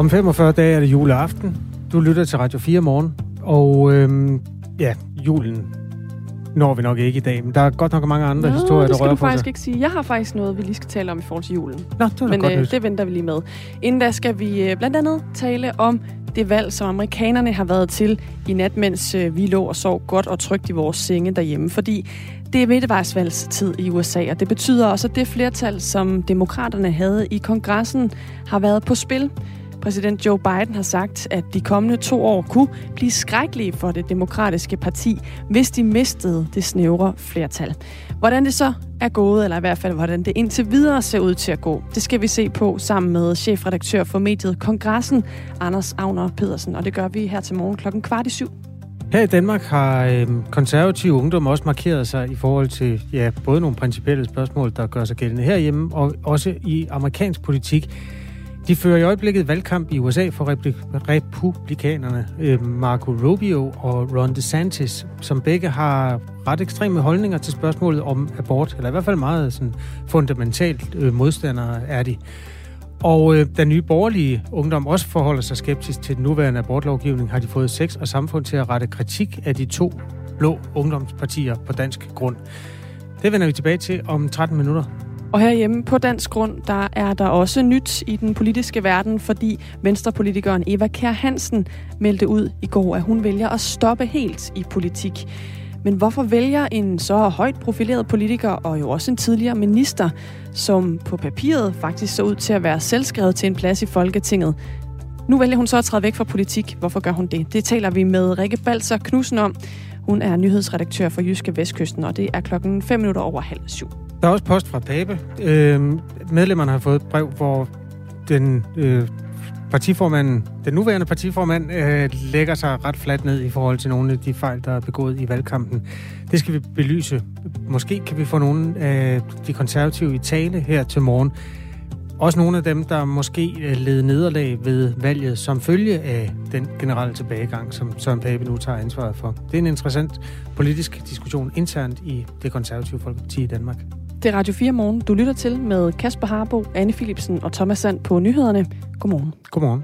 Om 45 dage er det juleaften. Du lytter til Radio 4 morgen, og julen når vi nok ikke i dag, men der er godt nok mange andre historier, der rører på sig. Det skal du faktisk ikke sige. Jeg har faktisk noget, vi lige skal tale om i forhold til julen. Nå, det var godt det venter vi lige med. Inden da skal vi blandt andet tale om det valg, som amerikanerne har været til i nat, mens vi lå og sov godt og trygt i vores senge derhjemme. Fordi det er midtvejsvalgstid i USA, og det betyder også, at det flertal, som demokraterne havde i kongressen, har været på spil. Præsident Joe Biden har sagt, at de kommende 2 år kunne blive skrækkelige for det demokratiske parti, hvis de mistede det snævre flertal. Hvordan det så er gået, eller i hvert fald hvordan det indtil videre ser ud til at gå, det skal vi se på sammen med chefredaktør for mediet Kongressen, Anders Agner Pedersen, og det gør vi her til morgen 6:15. Her i Danmark har konservativ ungdom også markeret sig i forhold til både nogle principielle spørgsmål, der gør sig gældende herhjemme, og også i amerikansk politik. De fører i øjeblikket valgkamp i USA for republikanerne, Marco Rubio og Ron DeSantis, som begge har ret ekstreme holdninger til spørgsmålet om abort, eller i hvert fald meget sådan fundamentalt modstandere er de. Og da Nye Borgerlige Ungdom også forholder sig skeptisk til den nuværende abortlovgivning, har de fået Sex og Samfund til at rette kritik af de 2 blå ungdomspartier på dansk grund. Det vender vi tilbage til om 13 minutter. Og herhjemme på dansk grund, der er der også nyt i den politiske verden, fordi venstrepolitikeren Eva Kjer Hansen meldte ud i går, at hun vælger at stoppe helt i politik. Men hvorfor vælger en så højt profileret politiker, og jo også en tidligere minister, som på papiret faktisk så ud til at være selvskrevet til en plads i Folketinget? Nu vælger hun så at træde væk fra politik. Hvorfor gør hun det? Det taler vi med Rikke Balser Knudsen om. Hun er nyhedsredaktør for Jyske Vestkysten, og det er 6:05. Der er også post fra Pape. Medlemmerne har fået et brev, hvor den nuværende partiformand, lægger sig ret fladt ned i forhold til nogle af de fejl, der er begået i valgkampen. Det skal vi belyse. Måske kan vi få nogle af de konservative i tale her til morgen. Også nogle af dem, der måske led nederlag ved valget som følge af den generelle tilbagegang, som Søren Pape nu tager ansvaret for. Det er en interessant politisk diskussion internt i det konservative Folkeparti i Danmark. Det er Radio 4 morgen, du lytter til med Kasper Harbo, Anne Philipsen og Thomas Sand på nyhederne. Godmorgen. Godmorgen.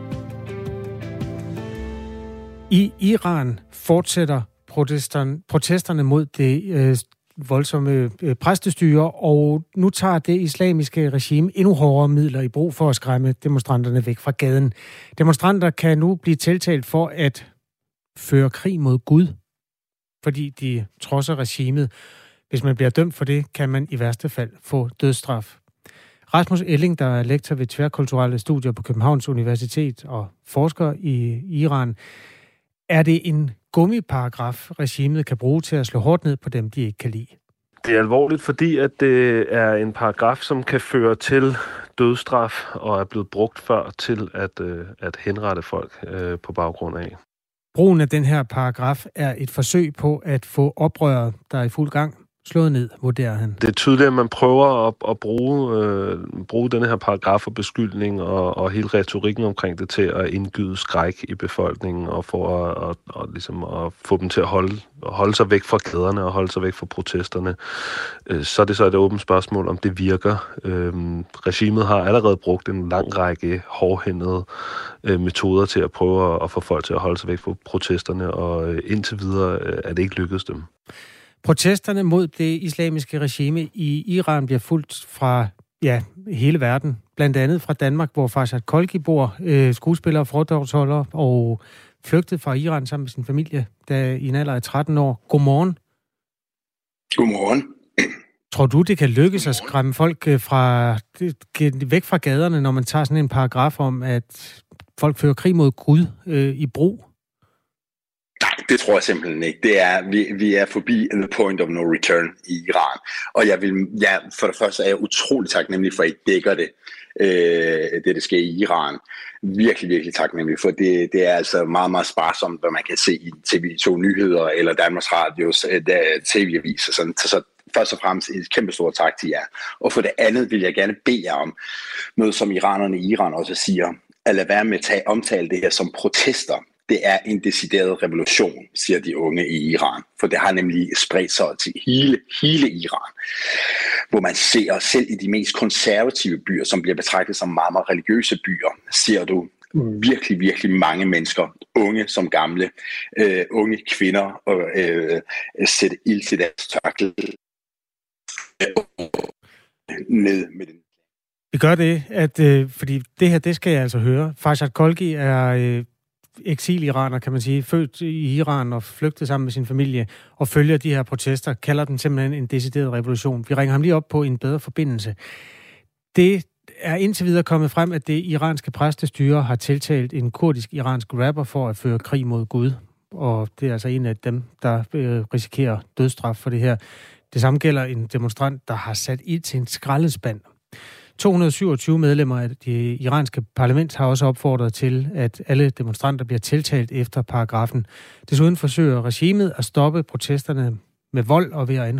I Iran fortsætter protesterne mod det voldsomme præstestyre, og nu tager det islamiske regime endnu hårdere midler i brug for at skræmme demonstranterne væk fra gaden. Demonstranter kan nu blive tiltalt for at føre krig mod Gud, fordi de trodser regimet. Hvis man bliver dømt for det, kan man i værste fald få dødsstraf. Rasmus Elling, der er lektor ved tværkulturelle studier på Københavns Universitet og forsker i Iran. Er det en gummiparagraf, regimet kan bruge til at slå hårdt ned på dem, de ikke kan lide? Det er alvorligt, fordi at det er en paragraf, som kan føre til dødsstraf og er blevet brugt før til at henrette folk på baggrund af. Brugen af den her paragraf er et forsøg på at få oprøret, der er i fuld gang, slået ned, vurderer han. Det er tydeligt, at man prøver at bruge denne her paragraf og beskyldning og hele retorikken omkring det til at indgyde skræk i befolkningen og for at få dem til at holde sig væk fra gaderne og holde sig væk fra protesterne. Så er det så et åbent spørgsmål, om det virker. Regimet har allerede brugt en lang række hårdhændede metoder til at prøve at få folk til at holde sig væk fra protesterne, og indtil videre er det ikke lykkedes dem. Protesterne mod det islamiske regime i Iran bliver fulgt fra hele verden. Blandt andet fra Danmark, hvor Farshad Kholghi bor, skuespiller og foredragsholder, og flygtede fra Iran sammen med sin familie i en alder af 13 år. Godmorgen. Godmorgen. Tror du, det kan lykkes at skræmme folk væk fra gaderne, når man tager sådan en paragraf om, at folk fører krig mod Gud i brug? Nej, det tror jeg simpelthen ikke. Vi er forbi the point of no return i Iran. Og for det første er jeg utrolig taknemmelig for, at I dækker det sker i Iran. Virkelig, virkelig taknemmelig, for det er altså meget, meget sparsomt, hvad man kan se i TV2 Nyheder eller Danmarks Radios TV-aviser. Så først og fremmest et kæmpe stort tak til jer. Og for det andet vil jeg gerne bede jer om noget, som iranerne i Iran også siger, at lade være med at omtale det her som protester. Det er en decideret revolution, siger de unge i Iran. For det har nemlig spredt sig til hele Iran. Hvor man ser selv i de mest konservative byer, som bliver betragtet som meget, meget religiøse byer, ser du, virkelig, virkelig mange mennesker, unge som gamle, unge kvinder, og sætte ild til deres tørklæde ned med den. Vi gør det, fordi det her, det skal jeg altså høre. Farshad Kholgi er eksil-iraner, kan man sige, født i Iran og flygtet sammen med sin familie, og følger de her protester, kalder den simpelthen en decideret revolution. Vi ringer ham lige op på en bedre forbindelse. Det er indtil videre kommet frem, at det iranske præstestyre har tiltalt en kurdisk-iransk rapper for at føre krig mod Gud. Og det er altså en af dem, der risikerer dødsstraf for det her. Det samme gælder en demonstrant, der har sat ild til en skraldespand. 227 medlemmer af det iranske parlament har også opfordret til, at alle demonstranter bliver tiltalt efter paragrafen. Desuden forsøger regimet at stoppe protesterne med vold og ved at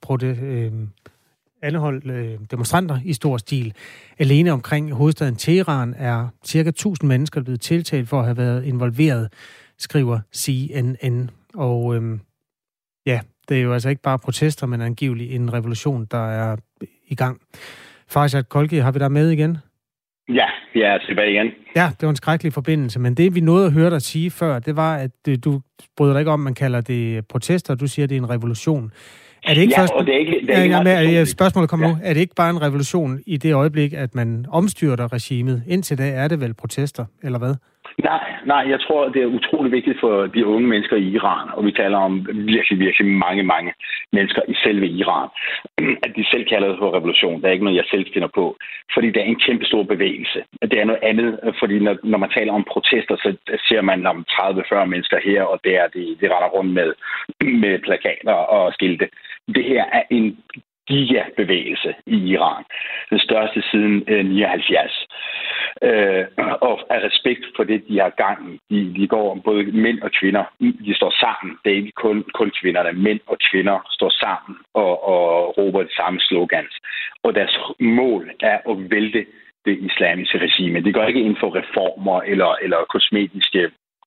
anholde demonstranter i stor stil. Alene omkring hovedstaden Teheran er ca. 1000 mennesker blevet tiltalt for at have været involveret, skriver CNN. Og det er jo altså ikke bare protester, men angiveligt en revolution, der er i gang. Farshad Kholgi, har vi dig med igen? Ja, vi er tilbage igen. Ja, det var en skrækkelig forbindelse, men det vi nåede at høre dig sige før, det var, at du bryder dig ikke om, man kalder det protester, du siger, det er en revolution. Er det ikke først... og det er ikke... spørgsmålet kommer nu. Er det ikke bare en revolution i det øjeblik, at man omstyrter regimet? Indtil da er det vel protester, eller hvad? Nej, jeg tror, det er utrolig vigtigt for de unge mennesker i Iran, og vi taler om virkelig, virkelig mange mennesker i selve Iran, at de selv kalder det for revolution. Det er ikke noget, jeg selv finder på, fordi det er en kæmpe stor bevægelse. Det er noget andet, fordi når man taler om protester, så ser man om 30-40 mennesker her, og der de render rundt med plakater og skilte. Det her er en gigabevægelse i Iran. Den største siden 79. Og af respekt for det, de har gang i. De går om både mænd og kvinder. De står sammen. Det er ikke kun kvinderne. Mænd og kvinder står sammen og råber det samme slogans. Og deres mål er at vælte det islamiske regime. De går ikke ind for reformer eller kosmetiske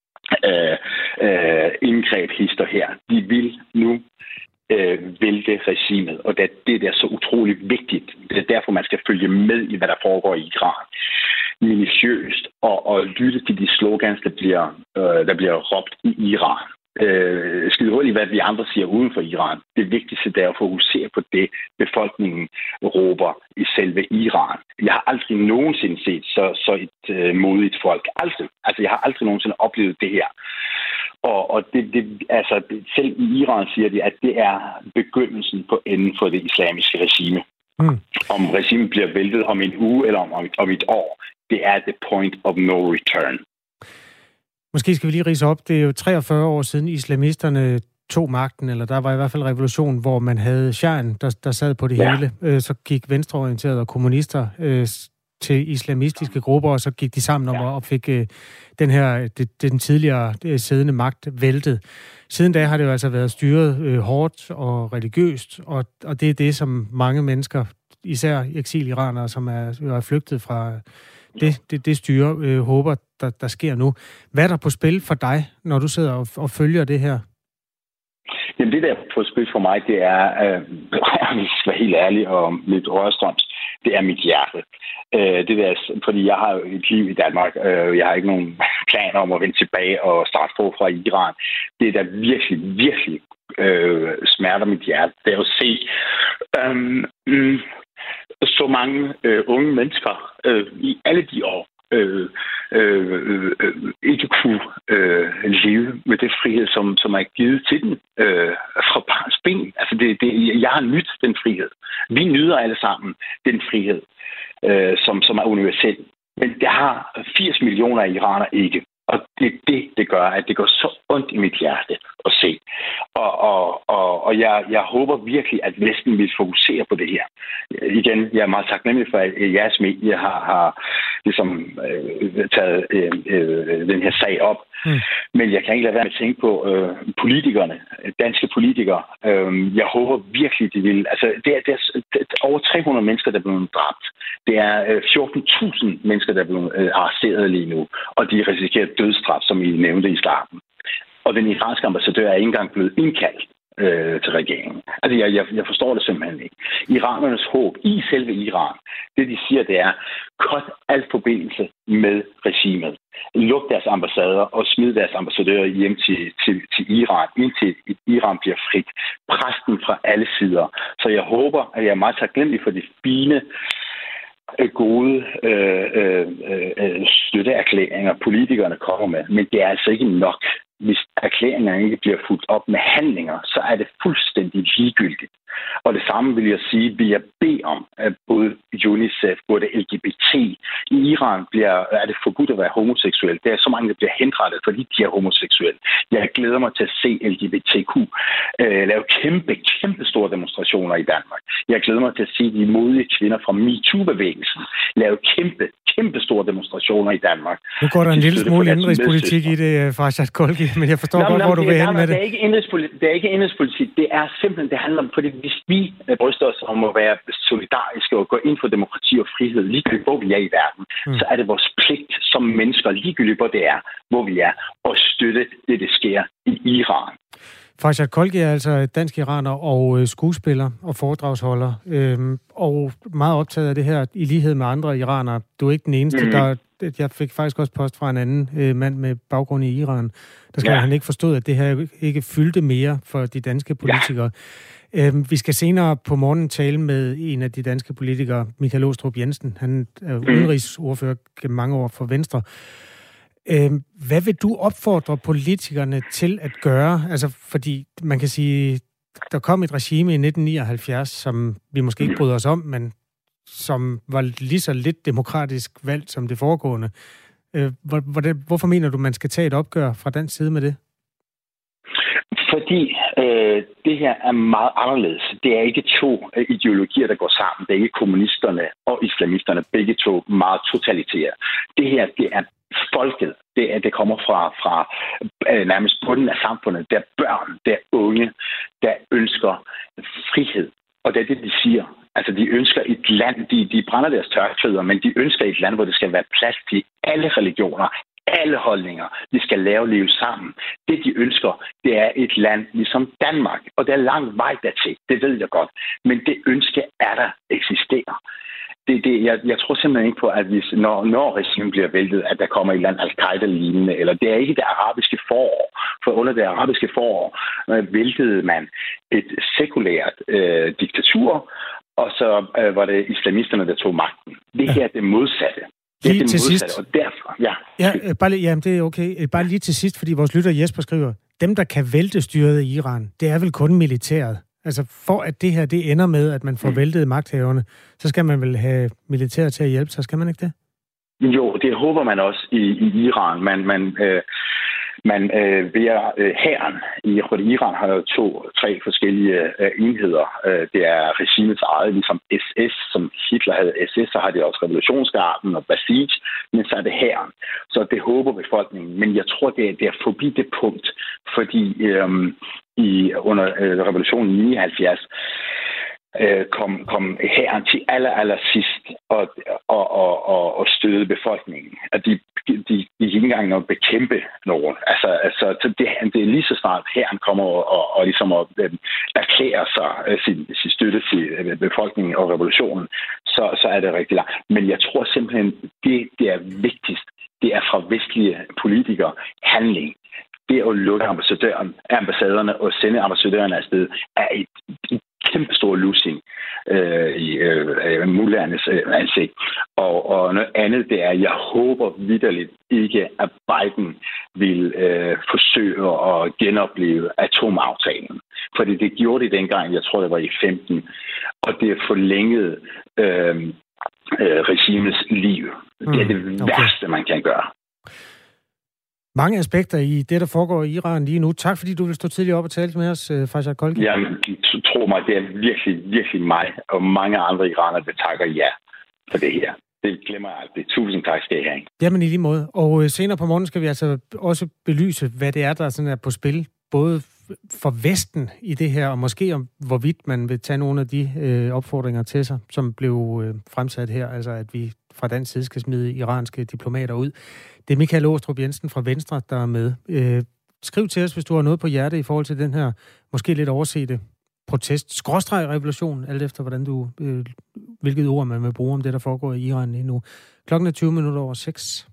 indgreb hister her. De vil nu vælte regimet, og det er så utroligt vigtigt. Det er derfor, man skal følge med i, hvad der foregår i Iran. Minutiøst og lytte til de slogans, der bliver råbt i Iran. Skide hul i, hvad vi andre siger uden for Iran. Det vigtigste er at fokusere på det, befolkningen råber i selve Iran. Jeg har aldrig nogensinde set så et modigt folk. Aldrig. Altså, jeg har aldrig nogensinde oplevet det her. Og selv i Iran siger de, at det er begyndelsen på enden for det islamiske regime. Om regimet bliver væltet om en uge eller om et år, det er the point of no return. Måske skal vi lige ridse op. Det er jo 43 år siden islamisterne tog magten, eller der var i hvert fald revolution, hvor man havde shahen, der sad på det hele. Så gik venstreorienterede og kommunister til islamistiske grupper, og så gik de sammen om og fik den tidligere siddende magt væltet. Siden da har det jo altså været styret hårdt og religiøst, og det er det, som mange mennesker, især eksil-iranere, som er flygtet fra det styre, håber, der sker nu. Hvad er der på spil for dig, når du sidder og følger det her? Jamen det, der er på spil for mig, det er, hvis jeg skal være helt ærlig og lidt rørstrøms, det er mit hjerte. Fordi jeg har jo et liv i Danmark. Jeg har ikke nogen planer om at vende tilbage og starte fra Iran. Det, der virkelig, virkelig smerter mit hjerte, det er at se så mange unge mennesker i alle de år ikke kunne leve med det frihed, som er givet til den fra barns ben. Altså jeg har nydt den frihed. Vi nyder alle sammen den frihed, som er universel. Men det har 80 millioner af iranere ikke. Og det gør, at det går så ondt i mit hjerte at se. Og jeg håber virkelig, at Vesten vil fokusere på det her. Igen, jeg er meget taknemmelig for, at jeres medie har ligesom taget den her sag op. Men jeg kan ikke lade være med at tænke på politikerne, danske politikere. Jeg håber virkelig, de vil. Altså, det er over 300 mennesker, der er blevet dræbt. Det er 14.000 mennesker, der er blevet arresteret lige nu. Og de risikerer dødsstraf, som I nævnte i starten. Og den iranske ambassadør er ikke engang blevet indkaldt. til regeringen. Altså, jeg forstår det simpelthen ikke. Iranernes håb i selve Iran, det de siger, det er, cut al forbindelse med regimet. Luk deres ambassader og smid deres ambassadører hjem til Iran, indtil Iran bliver frit. Pres dem fra alle sider. Så jeg håber, at jeg er meget taknemmelig for de fine, gode støtteerklæringer, politikerne kommer med. Men det er altså ikke nok. Hvis erklæringerne ikke bliver fulgt op med handlinger, så er det fuldstændig ligegyldigt. Og det samme vil jeg sige, vil jeg bede om, at både UNICEF, både LGBT, i Iran er det forbudt at være homoseksuel. Der er så mange, der bliver henrettet, fordi de er homoseksuelle. Jeg glæder mig til at se LGBTQ lave kæmpe store demonstrationer i Danmark. Jeg glæder mig til at se de modige kvinder fra MeToo-bevægelsen lave kæmpe store demonstrationer i Danmark. Nu går der en lille smule indrigspolitik i det, Farshad Kholghi, men jeg forstår godt, hvor du vil hen med det. Det er ikke indrigspolitik. Det er simpelthen, det handler om, fordi hvis vi bryster os om at være solidariske og gå ind for demokrati og frihed, ligegyldigt hvor vi er i verden, så er det vores pligt som mennesker, ligegyldigt hvor det er, hvor vi er, at støtte det, der sker i Iran. Farshad Kholghi er altså dansk iraner og skuespiller og foredragsholder, og meget optaget af det her i lighed med andre iranere. Du er ikke den eneste, jeg fik faktisk også post fra en anden mand med baggrund i Iran, der skrev, at han ikke forstod, at det her ikke fyldte mere for de danske politikere. Vi skal senere på morgenen tale med en af de danske politikere, Michael Aastrup Jensen. Han er udenrigsordfører gennem mange år for Venstre. Hvad vil du opfordre politikerne til at gøre? Altså, fordi man kan sige, der kom et regime i 1979, som vi måske ikke bryder os om, men som var lige så lidt demokratisk valgt som det foregående. Hvorfor mener du, man skal tage et opgør fra dansk side med det? Fordi det her er meget anderledes. Det er ikke to ideologier, der går sammen. Det er ikke kommunisterne og islamisterne, begge to meget totalitære. Det her, det er folket. Det kommer fra nærmest bunden af samfundet. Der er børn, der er unge, der ønsker frihed. Og det er det, de siger. Altså, de ønsker et land, de brænder deres tørklæder, men de ønsker et land, hvor det skal være plads til alle religioner, alle holdninger. De skal leve sammen. Det, de ønsker, det er et land ligesom Danmark. Og der er lang vej dertil. Det ved jeg godt. Men det ønske er der eksisterer. Jeg tror simpelthen ikke på, at hvis, når regimen bliver væltet, at der kommer et eller andet al-Qaida-lignende, eller det er ikke det arabiske forår. For under det arabiske forår væltede man et sekulært diktatur, og så var det islamisterne, der tog magten. Det her er det modsatte. Lige til sidst. Og derfor, det er okay. Bare lige til sidst, fordi vores lytter Jesper skriver, dem, der kan vælte styret i Iran, det er vel kun militæret. Altså for at det her, det ender med, at man får væltet magthaverne, så skal man vel have militæret til at hjælpe sig, skal man ikke det? Jo, det håber man også i Iran. Man ved hæren i Iran har jo 2-3 forskellige enheder. Det er regimets eget, ligesom SS, som Hitler havde SS, så har de også revolutionsgarden og Basij, men så er det hæren. Så det håber befolkningen. Men jeg tror, det er forbi det punkt, fordi under revolutionen i 79 kom hæren til aller sidst og støde befolkningen. At de gik ikke engang at bekæmpe nogen. Altså det er lige så snart hæren kommer og ligesom erklærer sig sin støtte til befolkningen og revolutionen, så er det rigtig langt. Men jeg tror simpelthen, det er vigtigst. Det er fra vestlige politikere handling. Det at lukke ambassaderne og sende ambassadørerne afsted er et kæmpe stor losing i mulighedernes ansigt. Og noget andet, det er, jeg håber vitterligt ikke, at Biden vil forsøge at genopleve atomaftalen. Fordi det gjorde de dengang, jeg tror det var i 15, og det forlængede regimets liv. Det er det værste, man kan gøre. Mange aspekter i det, der foregår i Iran lige nu. Tak, fordi du vil stå tidligt op og tale med os, Farshad Kholghi. Jamen, tro mig, det er virkelig mig og mange andre iranere, der takker ja for det her. Det glemmer jeg aldrig. Tusind tak skal I have. Jamen i lige måde. Og senere på morgen skal vi altså også belyse, hvad det er, der sådan er på spil. Både for Vesten i det her, og måske om hvorvidt man vil tage nogle af de opfordringer til sig, som blev fremsat her. Altså at vi fra dansk side skal smide iranske diplomater ud. Det er Michael Aastrup Jensen fra Venstre, der er med. skriv til os, hvis du har noget på hjerte i forhold til den her måske lidt oversete protest-revolution, alt efter hvordan du, hvilket ord man vil bruge om det, der foregår i Iran lige nu. Klokken er 6:20.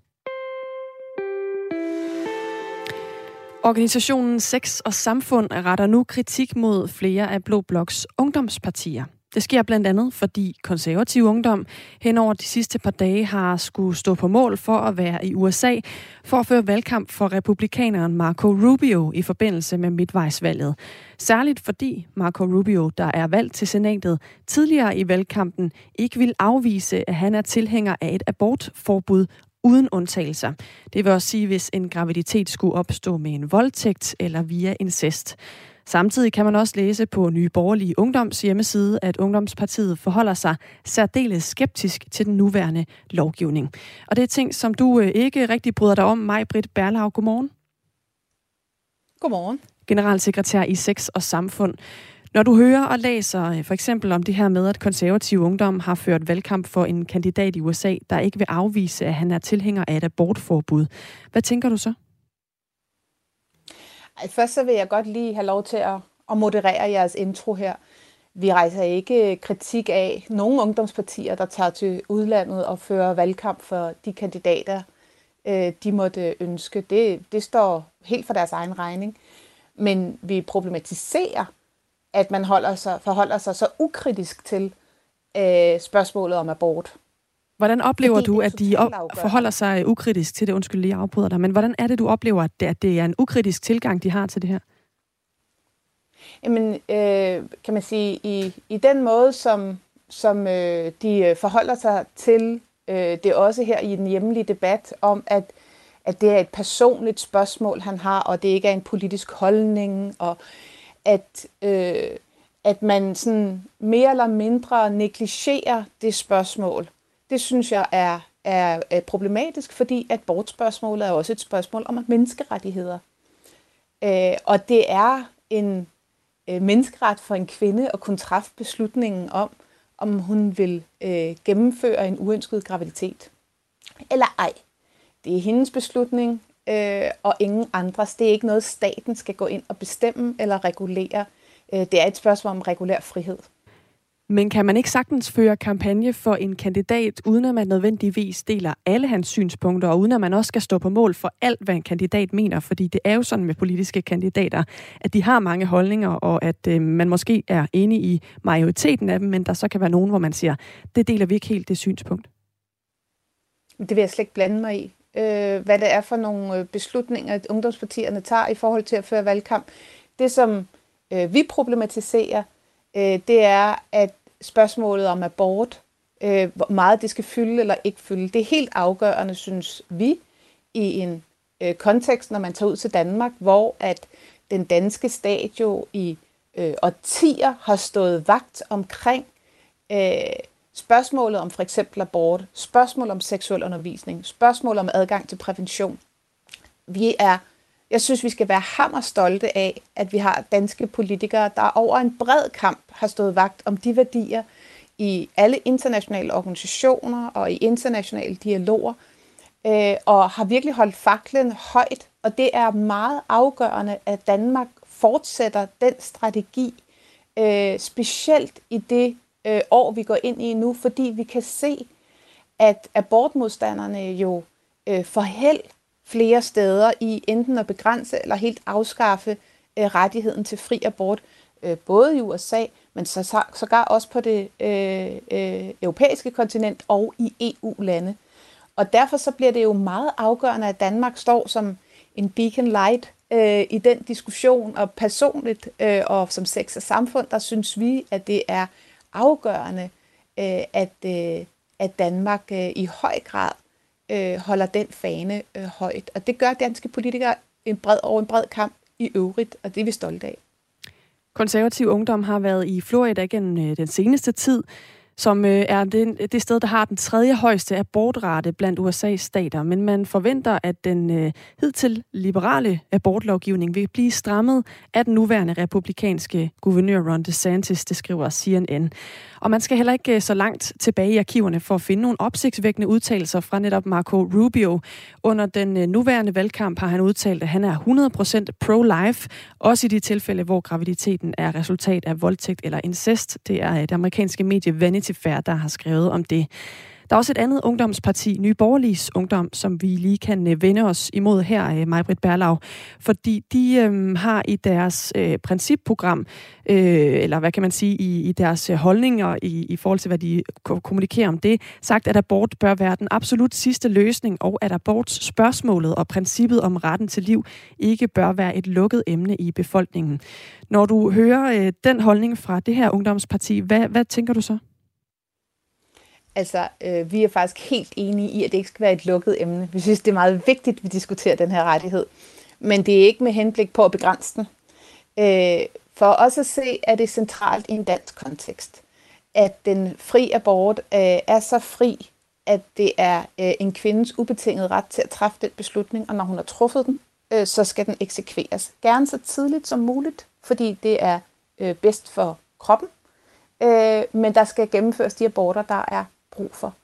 Organisationen Sex og Samfund retter nu kritik mod flere af Blå Bloks ungdomspartier. Det sker blandt andet, fordi Konservativ Ungdom hen over de sidste par dage har skulle stå på mål for at være i USA for at føre valgkamp for republikaneren Marco Rubio i forbindelse med midtvejsvalget. Særligt fordi Marco Rubio, der er valgt til senatet tidligere i valgkampen, ikke vil afvise, at han er tilhænger af et abortforbud uden undtagelser. Det vil også sige, hvis en graviditet skulle opstå med en voldtægt eller via incest. Samtidig kan man også læse på Nye Borgerlige Ungdoms hjemmeside, at Ungdomspartiet forholder sig særdeles skeptisk til den nuværende lovgivning. Og det er ting, som du ikke rigtig bryder dig om. Maj-Britt Berlau, godmorgen. Godmorgen. Generalsekretær i Sex og Samfund. Når du hører og læser for eksempel om det her med, at Konservativ Ungdom har ført valgkamp for en kandidat i USA, der ikke vil afvise, at han er tilhænger af et abortforbud. Hvad tænker du så? Først så vil jeg godt lige have lov til at moderere jeres intro her. Vi rejser ikke kritik af nogen ungdomspartier, der tager til udlandet og fører valgkamp for de kandidater, de måtte ønske. Det står helt for deres egen regning. Men vi problematiserer, at man forholder sig så ukritisk til spørgsmålet om abort. Hvordan oplever du, at de forholder sig ukritisk til det? Undskyld, lige afbryder dig. Men hvordan er det, du oplever, at det er en ukritisk tilgang, de har til det her? Jamen, kan man sige, i den måde, som de forholder sig til det også her i den hjemlige debat, om at det er et personligt spørgsmål, han har, og det ikke er en politisk holdning, og at man sådan mere eller mindre negligerer det spørgsmål. Det synes jeg er problematisk, fordi at abortspørgsmålet er også et spørgsmål om menneskerettigheder. Og det er en menneskeret for en kvinde at kunne træffe beslutningen om hun vil gennemføre en uønsket graviditet. Eller ej. Det er hendes beslutning, og ingen andres. Det er ikke noget, staten skal gå ind og bestemme eller regulere. Det er et spørgsmål om regulær frihed. Men kan man ikke sagtens føre kampagne for en kandidat, uden at man nødvendigvis deler alle hans synspunkter, og uden at man også skal stå på mål for alt, hvad en kandidat mener? Fordi det er jo sådan med politiske kandidater, at de har mange holdninger, og at man måske er enig i majoriteten af dem, men der så kan være nogen, hvor man siger, det deler vi ikke helt, det synspunkt. Det vil jeg slet ikke blande mig i. Hvad det er for nogle beslutninger, ungdomspartierne tager i forhold til at føre valgkamp. Det, som vi problematiserer, det er, at spørgsmålet om abort, hvor meget det skal fylde eller ikke fylde, det er helt afgørende, synes vi, i en kontekst, når man tager ud til Danmark, hvor at den danske stat jo i årtier har stået vagt omkring spørgsmålet om for eksempel abort, spørgsmål om seksuel undervisning, spørgsmål om adgang til prævention. Jeg synes, vi skal være hammerstolte af, at vi har danske politikere, der over en bred kamp har stået vagt om de værdier i alle internationale organisationer og i internationale dialoger, og har virkelig holdt faklen højt. Og det er meget afgørende, at Danmark fortsætter den strategi, specielt i det år, vi går ind i nu, fordi vi kan se, at abortmodstanderne jo får held flere steder i enten at begrænse eller helt afskaffe rettigheden til fri abort, både i USA, men sågar også på det europæiske kontinent og i EU-lande. Og derfor så bliver det jo meget afgørende, at Danmark står som en beacon light i den diskussion, og personligt og som Sex og Samfund, der synes vi, at det er afgørende, at Danmark i høj grad holder den fane højt. Og det gør danske politikere over en bred kamp i øvrigt, og det er vi stolte af. Konservativ Ungdom har været i Florida gennem den seneste tid. som er det sted, der har den tredje højeste abortrate blandt USA's stater. Men man forventer, at den hidtil liberale abortlovgivning vil blive strammet af den nuværende republikanske guvernør Ron DeSantis, det skriver CNN. Og man skal heller ikke så langt tilbage i arkiverne for at finde nogle opsigtsvækkende udtalelser fra netop Marco Rubio. Under den nuværende valgkamp har han udtalt, at han er 100% pro-life, også i de tilfælde, hvor graviditeten er resultat af voldtægt eller incest. Det er det amerikanske medie Vanity Fair, der har skrevet om det. Der er også et andet ungdomsparti, Nye Borgerliges Ungdom, som vi lige kan vende os imod her, Maj-Britt Berlau, fordi de har i deres principprogram, eller hvad kan man sige, i deres holdninger i forhold til, hvad de kommunikerer om det, sagt, at abort bør være den absolut sidste løsning, og at abortspørgsmålet og princippet om retten til liv ikke bør være et lukket emne i befolkningen. Når du hører den holdning fra det her ungdomsparti, hvad tænker du så? Altså, vi er faktisk helt enige i, at det ikke skal være et lukket emne. Vi synes, det er meget vigtigt, at vi diskuterer den her rettighed. Men det er ikke med henblik på at begrænse den. For os at se, er det centralt i en dansk kontekst, at den fri abort er så fri, at det er en kvindes ubetingede ret til at træffe den beslutning, og når hun har truffet den, så skal den eksekveres. Gerne så tidligt som muligt, fordi det er bedst for kroppen. Men der skal gennemføres de aborter, der er brug for.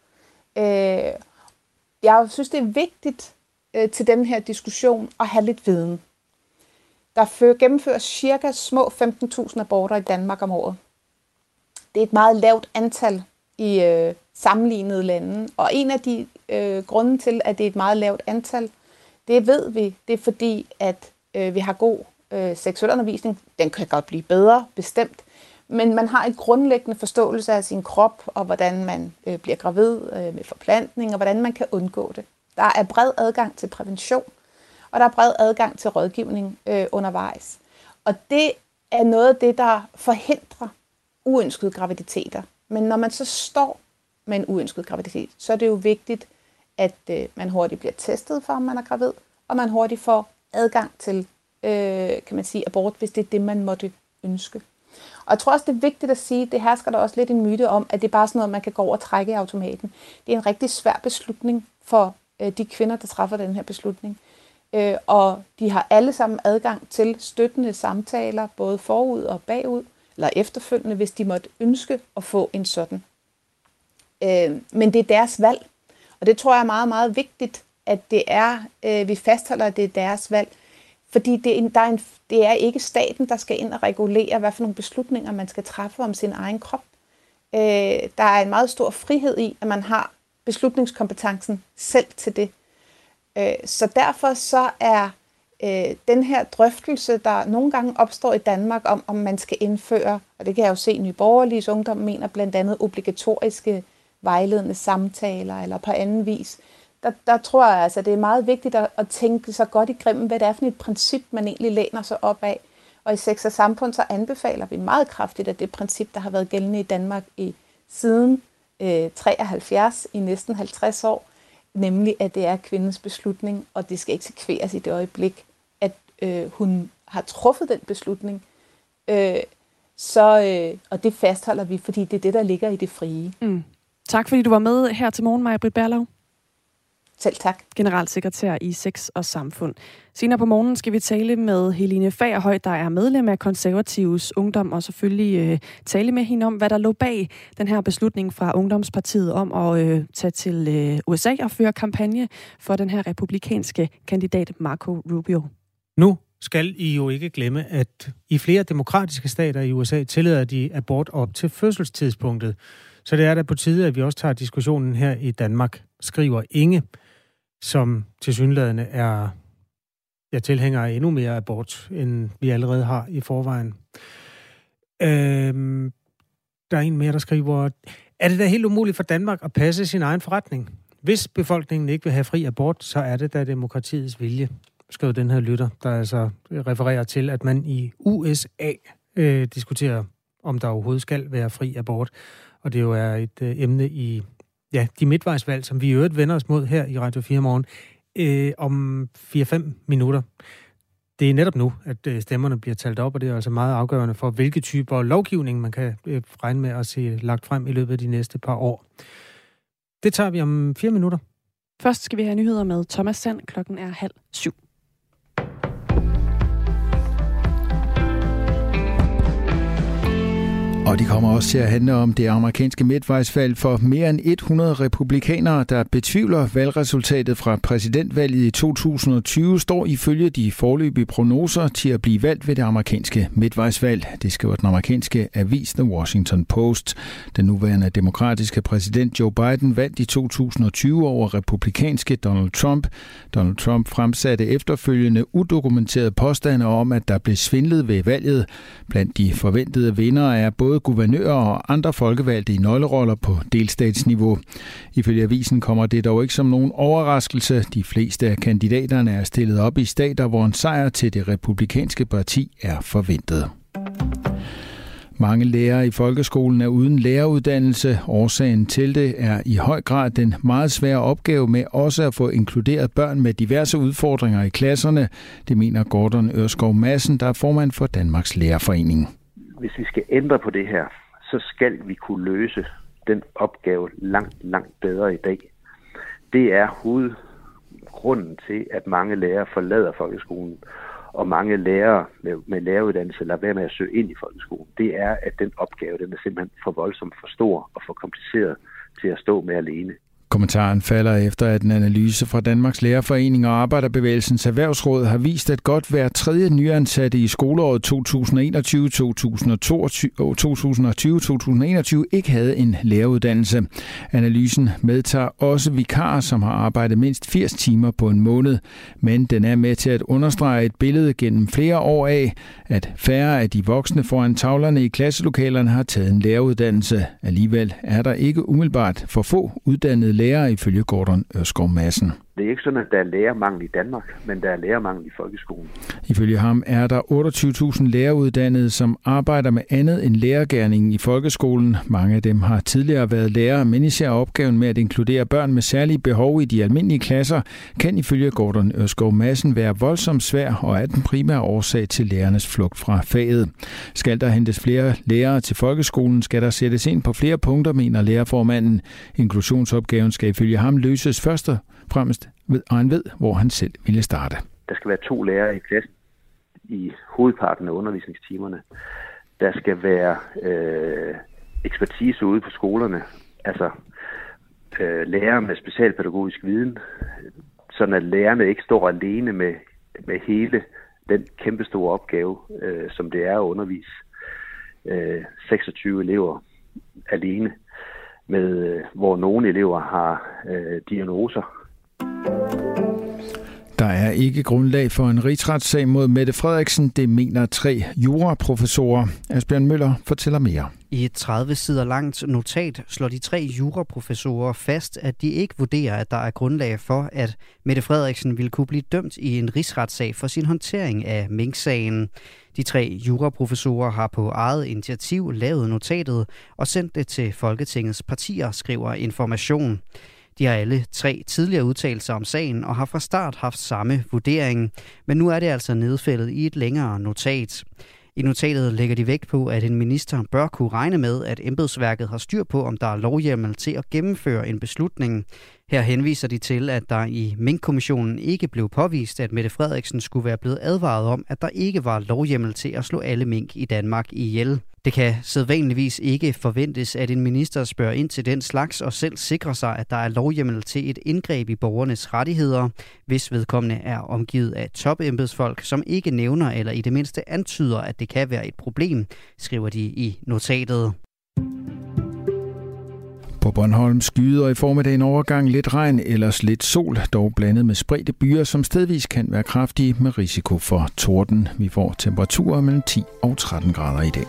Jeg synes, det er vigtigt til den her diskussion at have lidt viden. Der gennemføres cirka små 15.000 aborter i Danmark om året. Det er et meget lavt antal i sammenlignede lande, og en af de grunde til, at det er et meget lavt antal, det ved vi, det er fordi, at vi har god seksualundervisning. Den kan godt blive bedre, bestemt. Men man har en grundlæggende forståelse af sin krop, og hvordan man bliver gravid med forplantning, og hvordan man kan undgå det. Der er bred adgang til prævention, og der er bred adgang til rådgivning undervejs. Og det er noget af det, der forhindrer uønskede graviditeter. Men når man så står med en uønsket graviditet, så er det jo vigtigt, at man hurtigt bliver testet for, om man er gravid, og man hurtigt får adgang til, kan man sige, abort, hvis det er det, man måtte ønske. Og jeg tror også, det er vigtigt at sige, at det hersker der også lidt en myte om, at det er bare sådan noget, man kan gå over og trække i automaten. Det er en rigtig svær beslutning for de kvinder, der træffer den her beslutning. Og de har alle sammen adgang til støttende samtaler, både forud og bagud, eller efterfølgende, hvis de måtte ønske at få en sådan. Men det er deres valg. Og det tror jeg er meget, meget vigtigt, at det er, vi fastholder, at det er deres valg. Fordi det er ikke staten, der skal ind og regulere, hvad for nogle beslutninger man skal træffe om sin egen krop. Der er en meget stor frihed i, at man har beslutningskompetencen selv til det. Så derfor så er den her drøftelse, der nogle gange opstår i Danmark, om man skal indføre, og det kan jeg jo se, Nye Borgerliges Ungdom mener blandt andet obligatoriske vejledende samtaler, eller på anden vis. Der tror jeg altså, det er meget vigtigt at tænke så godt i grimmen, hvad det er for et princip, man egentlig læner sig op af. Og i Sex og Samfund, så anbefaler vi meget kraftigt, at det princip, der har været gældende i Danmark siden 73, i næsten 50 år, nemlig at det er kvindens beslutning, og det skal eksekveres i det øjeblik, at hun har truffet den beslutning. Og det fastholder vi, fordi det er det, der ligger i det frie. Mm. Tak fordi du var med her til morgen, Maj-Britt Berlau. Selv tak. Generalsekretær i Sex og Samfund. Senere på morgenen skal vi tale med Helene Fagerhøj, der er medlem af Konservatives Ungdom, og selvfølgelig tale med hende om, hvad der lå bag den her beslutning fra Ungdomspartiet om at tage til USA og føre kampagne for den her republikanske kandidat Marco Rubio. Nu skal I jo ikke glemme, at i flere demokratiske stater i USA tillader de abort op til fødselstidspunktet. Så det er da på tide, at vi også tager diskussionen her i Danmark, skriver Inge, som tilsyneladende er tilhænger af endnu mere abort, end vi allerede har i forvejen. Der er en mere, der skriver, er det da helt umuligt for Danmark at passe sin egen forretning? Hvis befolkningen ikke vil have fri abort, så er det da demokratiets vilje, skrev den her lytter, der altså refererer til, at man i USA diskuterer, om der overhovedet skal være fri abort. Og det jo er et emne i de midtvejsvalg, som vi i øvrigt vender os mod her i Radio 4 morgen om 4-5 minutter. det er netop nu, at stemmerne bliver talt op, og det er altså meget afgørende for, hvilke typer lovgivning man kan regne med at se lagt frem i løbet af de næste par år. Det tager vi om 4 minutter. Først skal vi have nyheder med Thomas Sand. Klokken er 6:30. Og de kommer også til at handle om det amerikanske midtvejsvalg for mere end 100 republikanere, der betvivler valgresultatet fra præsidentvalget i 2020, står ifølge de foreløbige prognoser til at blive valgt ved det amerikanske midtvejsvalg. Det skriver den amerikanske avis The Washington Post. Den nuværende demokratiske præsident Joe Biden vandt i 2020 over republikanske Donald Trump. Donald Trump fremsatte efterfølgende udokumenterede påstande om, at der blev svindlet ved valget. Blandt de forventede vindere er både guvernører og andre folkevalgte i nøgleroller på delstatsniveau. Ifølge avisen kommer det dog ikke som nogen overraskelse. De fleste af kandidaterne er stillet op i stater, hvor en sejr til det republikanske parti er forventet. Mange lærere i folkeskolen er uden læreruddannelse. Årsagen til det er i høj grad den meget svære opgave med også at få inkluderet børn med diverse udfordringer i klasserne. Det mener Gordon Ørskov Madsen, der er formand for Danmarks Lærerforening. Hvis vi skal ændre på det her, så skal vi kunne løse den opgave langt bedre i dag. Det er hovedgrunden til, at mange lærere forlader folkeskolen, og mange lærere med læreruddannelse lader være med at søge ind i folkeskolen. Det er, at den opgave den er simpelthen for voldsomt for stor og for kompliceret til at stå med alene. Kommentaren falder efter, at en analyse fra Danmarks Lærerforening og Arbejderbevægelsens Erhvervsråd har vist, at godt hver tredje nyansatte i skoleåret 2020-2021 ikke havde en læreruddannelse. Analysen medtager også vikarer, som har arbejdet mindst 80 timer på en måned, men den er med til at understrege et billede gennem flere år af, at færre af de voksne foran tavlerne i klasselokalerne har taget en læreruddannelse. Alligevel er der ikke umiddelbart for få uddannede lærere ifølge Gordon Ørskov Madsen. Det er ikke sådan, at der er lærermangel i Danmark, men der er lærermangel i folkeskolen. Ifølge ham er der 28.000 læreruddannede, som arbejder med andet end lærergerningen i folkeskolen. Mange af dem har tidligere været lærere, men især opgaven med at inkludere børn med særlige behov i de almindelige klasser, kan ifølge Gordon Ørskov Madsen være voldsomt svær og er den primære årsag til lærernes flugt fra faget. Skal der hentes flere lærere til folkeskolen, skal der sættes ind på flere punkter, mener lærerformanden. Inklusionsopgaven skal ifølge ham løses først og fremmest ved, hvor han selv ville starte. Der skal være 2 lærere i klassen i hovedparten af undervisningstimerne. Der skal være ekspertise ude på skolerne, altså lærere med specialpædagogisk viden, sådan at lærerne ikke står alene med hele den kæmpestore opgave, som det er at undervise 26 elever alene, hvor nogle elever har diagnoser. Der er ikke grundlag for en rigsretssag mod Mette Frederiksen, det mener 3 juraprofessorer. Asbjørn Møller fortæller mere. I et 30 sider langt notat slår de 3 juraprofessorer fast, at de ikke vurderer, at der er grundlag for, at Mette Frederiksen ville kunne blive dømt i en rigsretssag for sin håndtering af Mink-sagen. De 3 juraprofessorer har på eget initiativ lavet notatet og sendt det til Folketingets partier, skriver Information. De har alle 3 tidligere udtalelser om sagen og har fra start haft samme vurdering, men nu er det altså nedfældet i et længere notat. I notatet lægger de vægt på, at en minister bør kunne regne med, at embedsværket har styr på, om der er lovhjemmel til at gennemføre en beslutning. Her henviser de til, at der i Mink-kommissionen ikke blev påvist, at Mette Frederiksen skulle være blevet advaret om, at der ikke var lovhjemmel til at slå alle mink i Danmark ihjel. Det kan sædvanligvis ikke forventes, at en minister spørger ind til den slags og selv sikrer sig, at der er lovhjemmel til et indgreb i borgernes rettigheder, hvis vedkommende er omgivet af topembedsfolk, som ikke nævner eller i det mindste antyder, at det kan være et problem, skriver de i notatet. På Bornholm skyder i formiddag en overgang lidt regn, ellers lidt sol, dog blandet med spredte byer, som stedvis kan være kraftige med risiko for torden. Vi får temperaturer mellem 10 og 13 grader i dag.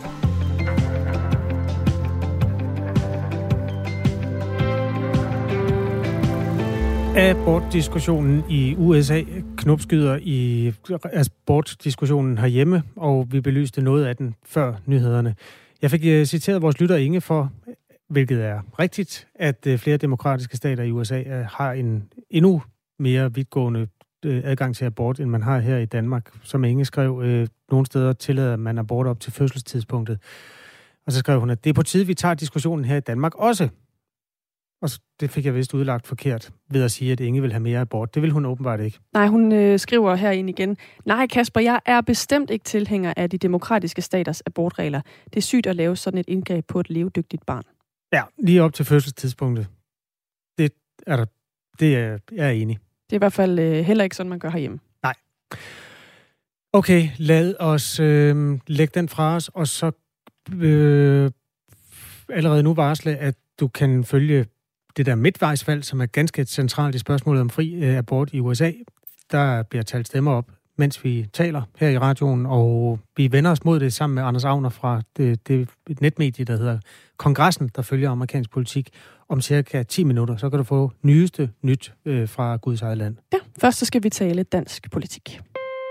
Abortdiskussionen i USA knopskyder i abortdiskussionen herhjemme, og vi belyste noget af den før nyhederne. Jeg fik citeret vores lytter Inge for, hvilket er rigtigt, at flere demokratiske stater i USA har en endnu mere vidtgående adgang til abort, end man har her i Danmark. Som Inge skrev, nogle steder tillader man abort op til fødselstidspunktet. Og så skrev hun, at det er på tide, vi tager diskussionen her i Danmark også. Og det fik jeg vist udlagt forkert ved at sige, at Inge vil have mere abort. Det vil hun åbenbart ikke. Nej, hun skriver herinde igen. Nej, Kasper, jeg er bestemt ikke tilhænger af de demokratiske staters abortregler. Det er sygt at lave sådan et indgreb på et levedygtigt barn. Ja, lige op til fødselstidspunktet. Det er jeg er enig. Det er i hvert fald heller ikke sådan, man gør herhjemme. Nej. Okay, lad os lægge den fra os, og så allerede nu varsle, at du kan følge det der midtvejsvalg, som er ganske centralt i spørgsmålet om fri abort i USA. Der bliver talt stemmer op, mens vi taler her i radioen, og vi vender os mod det sammen med Anders Agner fra det netmedie, der hedder Kongressen, der følger amerikansk politik om cirka 10 minutter. Så kan du få nyeste nyt fra Guds eget land. Ja, først så skal vi tale dansk politik.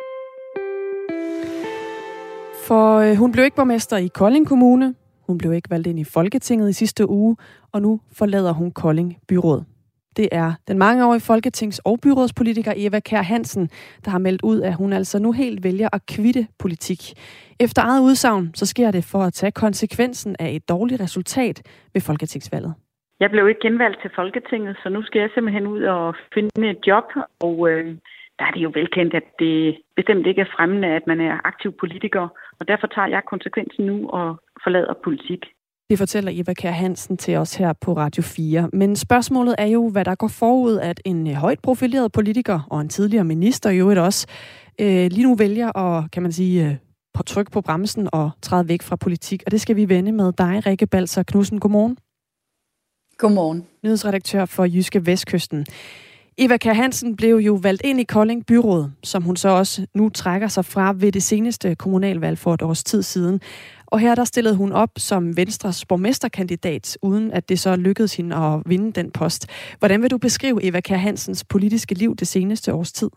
For hun blev ikke borgmester i Kolding Kommune. Hun blev ikke valgt ind i Folketinget i sidste uge, og nu forlader hun Kolding Byråd. Det er den mangeårige folketings- og byrådspolitiker Eva Kjær Hansen, der har meldt ud, at hun altså nu helt vælger at kvitte politik. Efter eget udsagn, så sker det for at tage konsekvensen af et dårligt resultat ved folketingsvalget. Jeg blev ikke genvalgt til Folketinget, så nu skal jeg simpelthen ud og finde et job, og der er det jo velkendt, at det bestemt ikke er fremmende, at man er aktiv politiker, og derfor tager jeg konsekvensen nu og forlader politik. Det fortæller Eva Kjær Hansen til os her på Radio 4. Men spørgsmålet er jo, hvad der går forud, at en højt profileret politiker og en tidligere minister i øvrigt også lige nu vælger at, kan man sige, trykke på bremsen og træde væk fra politik. Og det skal vi vende med dig, Rikke Balser Knudsen. Godmorgen. Godmorgen. Nyhedsredaktør for Jyske Vestkysten. Eva Kjær Hansen blev jo valgt ind i Kolding Byråd, som hun så også nu trækker sig fra ved det seneste kommunalvalg for et års tid siden. Og her der stillede hun op som Venstres borgmesterkandidat, uden at det så lykkedes hende at vinde den post. Hvordan vil du beskrive Eva Kjær Hansens politiske liv det seneste års tid?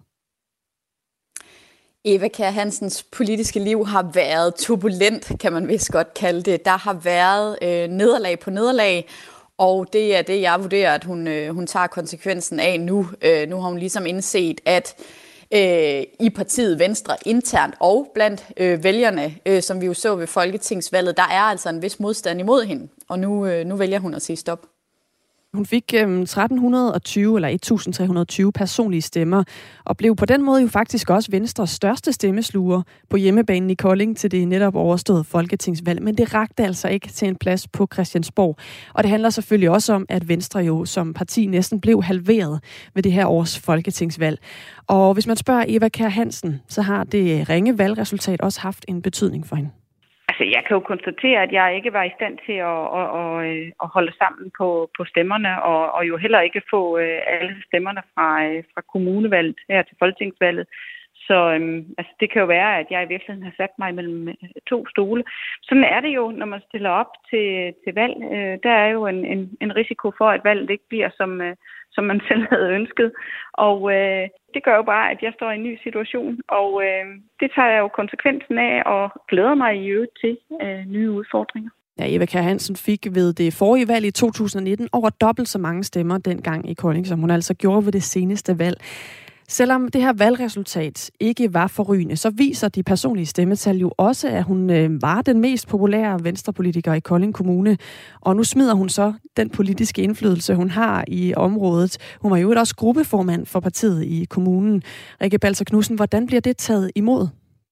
Eva Kjær Hansens politiske liv har været turbulent, kan man vist godt kalde det. Der har været nederlag på nederlag, og det er det, jeg vurderer, at hun tager konsekvensen af nu. Nu har hun ligesom indset, at i partiet Venstre internt og blandt vælgerne, som vi jo så ved folketingsvalget, der er altså en vis modstand imod hende, og nu vælger hun at sige stop. Hun fik 1320 eller 1320 personlige stemmer, og blev på den måde jo faktisk også Venstres største stemmesluger på hjemmebanen i Kolding til det netop overståede folketingsvalg. Men det rakte altså ikke til en plads på Christiansborg. Og det handler selvfølgelig også om, at Venstre jo som parti næsten blev halveret ved det her års folketingsvalg. Og hvis man spørger Eva Kjær Hansen, så har det ringe valgresultat også haft en betydning for hende. Altså, jeg kan jo konstatere, at jeg ikke var i stand til at holde sammen på stemmerne, og jo heller ikke få alle stemmerne fra kommunevalget her til folketingsvalget. Så altså, det kan jo være, at jeg i virkeligheden har sat mig mellem to stole. Sådan er det jo, når man stiller op til valg. Der er jo en risiko for, at valget ikke bliver, som man selv havde ønsket. Og det gør jo bare, at jeg står i en ny situation, og det tager jeg jo konsekvensen af, og glæder mig i øvrigt til nye udfordringer. Ja, Eva Kjær Hansen fik ved det forrige valg i 2019 over dobbelt så mange stemmer dengang i Kolding, som hun altså gjorde ved det seneste valg. Selvom det her valgresultat ikke var forrygende, så viser de personlige stemmetal jo også, at hun var den mest populære venstrepolitiker i Kolding Kommune. Og nu smider hun så den politiske indflydelse, hun har i området. Hun var jo også gruppeformand for partiet i kommunen. Rikke Balser Knudsen, hvordan bliver det taget imod?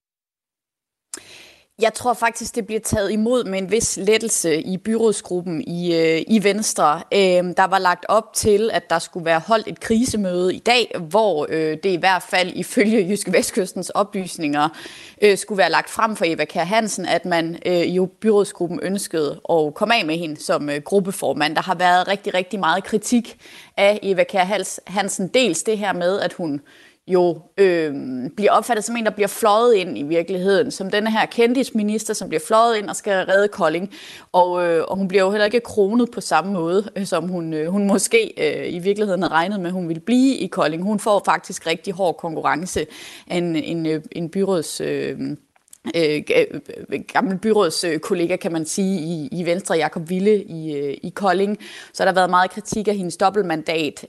Jeg tror faktisk, det bliver taget imod med en vis lettelse i byrådsgruppen i Venstre. Der var lagt op til, at der skulle være holdt et krisemøde i dag, hvor det i hvert fald ifølge Jyske Vestkystens oplysninger skulle være lagt frem for Eva Kjær Hansen, at man i byrådsgruppen ønskede at komme af med hende som gruppeformand. Der har været rigtig, rigtig meget kritik af Eva Kjær Hansen. Dels det her med, at hun jo bliver opfattet som en, der bliver fløjet ind i virkeligheden, som denne her kendisminister, som bliver fløjet ind og skal redde Kolding. Og hun bliver jo heller ikke kronet på samme måde, som hun måske i virkeligheden havde regnet med, at hun ville blive i Kolding. Hun får faktisk rigtig hård konkurrence af en gammel byrådskollega, kan man sige, i Venstre, Jakob Wille i Kolding. Så der har været meget kritik af hendes dobbeltmandat.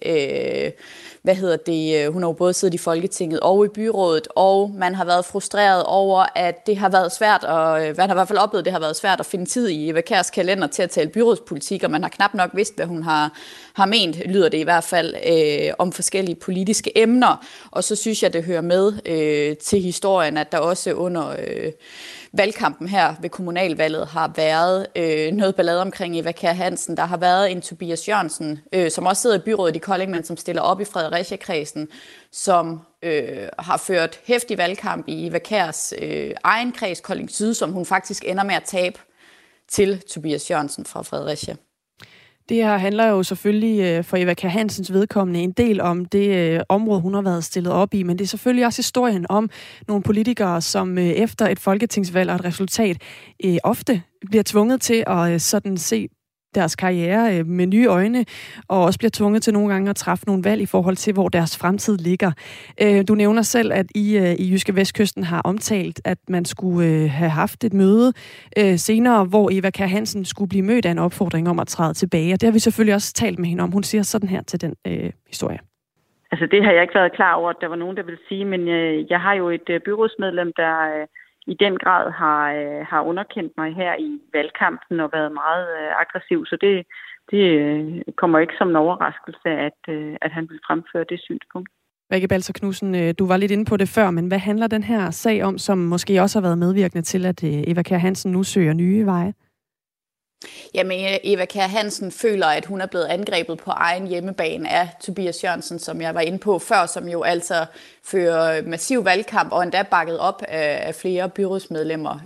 Hun har jo både siddet i Folketinget og i byrådet, og man har været frustreret over, at det har været svært, og man har i hvert fald oplevet, at det har været svært at finde tid i Eva Kjærs kalender til at tale byrådspolitik, og man har knap nok vidst, hvad hun har ment, lyder det i hvert fald, om forskellige politiske emner. Og så synes jeg, det hører med til historien, at der også under valgkampen her ved kommunalvalget har været noget ballade omkring Eva Kjær Hansen. Der har været en Tobias Jørgensen, som også sidder i byrådet i Kolding, men som stiller op i Fredericia-kredsen, som har ført heftig valgkamp i Eva Kjærs egen kreds, Kolding Syd, som hun faktisk ender med at tabe til Tobias Jørgensen fra Fredericia. Det her handler jo selvfølgelig for Eva Kjær Hansens vedkommende en del om det område, hun har været stillet op i, men det er selvfølgelig også historien om nogle politikere, som efter et folketingsvalg og et resultat ofte bliver tvunget til at sådan se deres karriere med nye øjne, og også bliver tvunget til nogle gange at træffe nogle valg i forhold til, hvor deres fremtid ligger. Du nævner selv, at I Jyske Vestkysten har omtalt, at man skulle have haft et møde senere, hvor Eva Kjær Hansen skulle blive mødt af en opfordring om at træde tilbage. Og det har vi selvfølgelig også talt med hende om. Hun siger sådan her til den historie. Altså det har jeg ikke været klar over, at der var nogen, der ville sige, men jeg har jo et byrådsmedlem, der i den grad har underkendt mig her i valgkampen og været meget aggressiv, så det kommer ikke som en overraskelse, at han vil fremføre det synspunkt. Rikke Balser Knudsen, du var lidt inde på det før, men hvad handler den her sag om, som måske også har været medvirkende til, at Eva Kjær Hansen nu søger nye veje? Jamen, Eva Kjær Hansen føler, at hun er blevet angrebet på egen hjemmebane af Tobias Jørgensen, som jeg var inde på før, som jo altså fører massiv valgkamp og endda bakket op af flere byrådsmedlemmer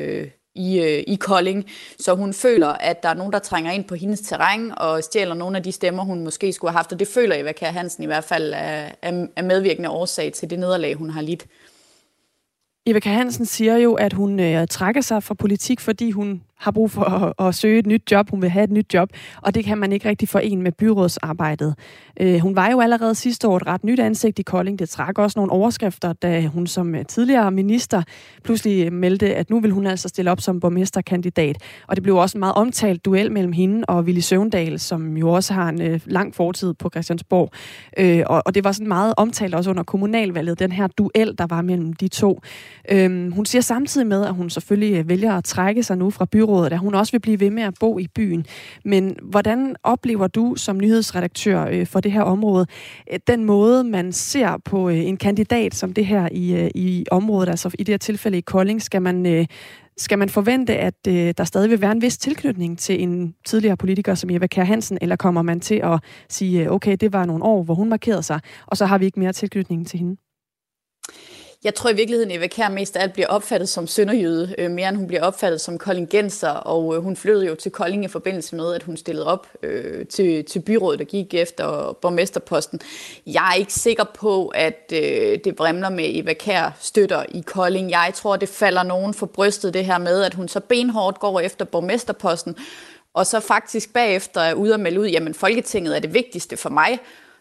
i Kolding. Så hun føler, at der er nogen, der trænger ind på hendes terræn og stjæler nogle af de stemmer, hun måske skulle have haft. Og det føler Eva Kjær Hansen i hvert fald er medvirkende årsag til det nederlag, hun har lidt. Eva Kjær Hansen siger jo, at hun trækker sig fra politik, fordi hun har brug for at søge et nyt job. Hun vil have et nyt job, og det kan man ikke rigtig forene med byrådsarbejdet. Hun var jo allerede sidste år et ret nyt ansigt i Kolding. Det trak også nogle overskrifter, da hun som tidligere minister pludselig meldte, at nu vil hun altså stille op som borgmesterkandidat. Og det blev også en meget omtalt duel mellem hende og Willy Søvndal, som jo også har en lang fortid på Christiansborg. Og det var sådan meget omtalt også under kommunalvalget, den her duel, der var mellem de to. Hun siger samtidig med, at hun selvfølgelig vælger at trække sig nu fra byrådet, at hun også vil blive ved med at bo i byen. Men hvordan oplever du som nyhedsredaktør for det her område, den måde, man ser på en kandidat som det her i området, altså i det her tilfælde i Kolding, skal man forvente, at der stadig vil være en vis tilknytning til en tidligere politiker som Eva Kjær Hansen, eller kommer man til at sige, okay, det var nogle år, hvor hun markerede sig, og så har vi ikke mere tilknytning til hende? Jeg tror i virkeligheden, at Eva Kjær mest af alt bliver opfattet som sønderjyde, mere end hun bliver opfattet som koldingenser, og hun flyttede jo til Kolding i forbindelse med, at hun stillede op til byrådet og gik efter borgmesterposten. Jeg er ikke sikker på, at det vrimler med Eva Kjær støtter i Kolding. Jeg tror, det falder nogen for brystet, det her med, at hun så benhårdt går efter borgmesterposten, og så faktisk bagefter er ude og melde ud, jamen Folketinget er det vigtigste for mig,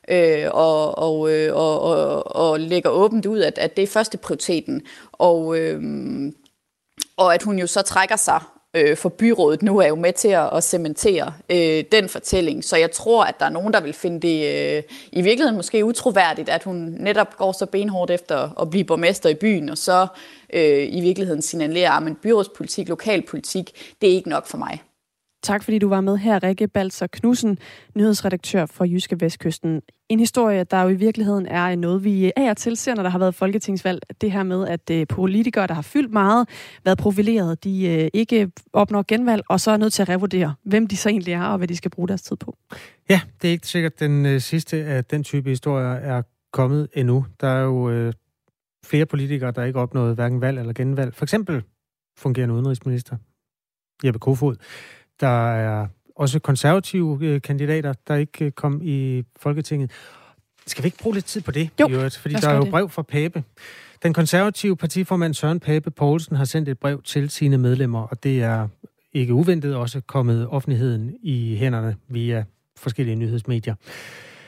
og lægger åbent ud, at det er første prioriteten. Og at hun jo så trækker sig for byrådet nu, er jo med til at cementere den fortælling. Så jeg tror, at der er nogen, der vil finde det i virkeligheden måske utroværdigt, at hun netop går så benhårdt efter at blive borgmester i byen, og så i virkeligheden signalerer, at byrådspolitik, lokalpolitik, det er ikke nok for mig. Tak fordi du var med her, Rikke Balser Knudsen, nyhedsredaktør for Jyske Vestkysten. En historie, der jo i virkeligheden er noget, vi af og til ser, når der har været folketingsvalg. Det her med, at politikere, der har fyldt meget, været profileret, de ikke opnår genvalg, og så er nødt til at revurdere, hvem de så egentlig er, og hvad de skal bruge deres tid på. Ja, det er ikke sikkert, den sidste af den type historier er kommet endnu. Der er jo flere politikere, der ikke opnået hverken valg eller genvalg. For eksempel fungerende udenrigsminister Jeppe Kofod. Der er også konservative kandidater, der ikke kom i Folketinget. Skal vi ikke bruge lidt tid på det? Jo, fordi der er jo brev fra Pape. Den konservative partiformand Søren Pape Poulsen har sendt et brev til sine medlemmer, og det er ikke uventet også kommet offentligheden i hænderne via forskellige nyhedsmedier.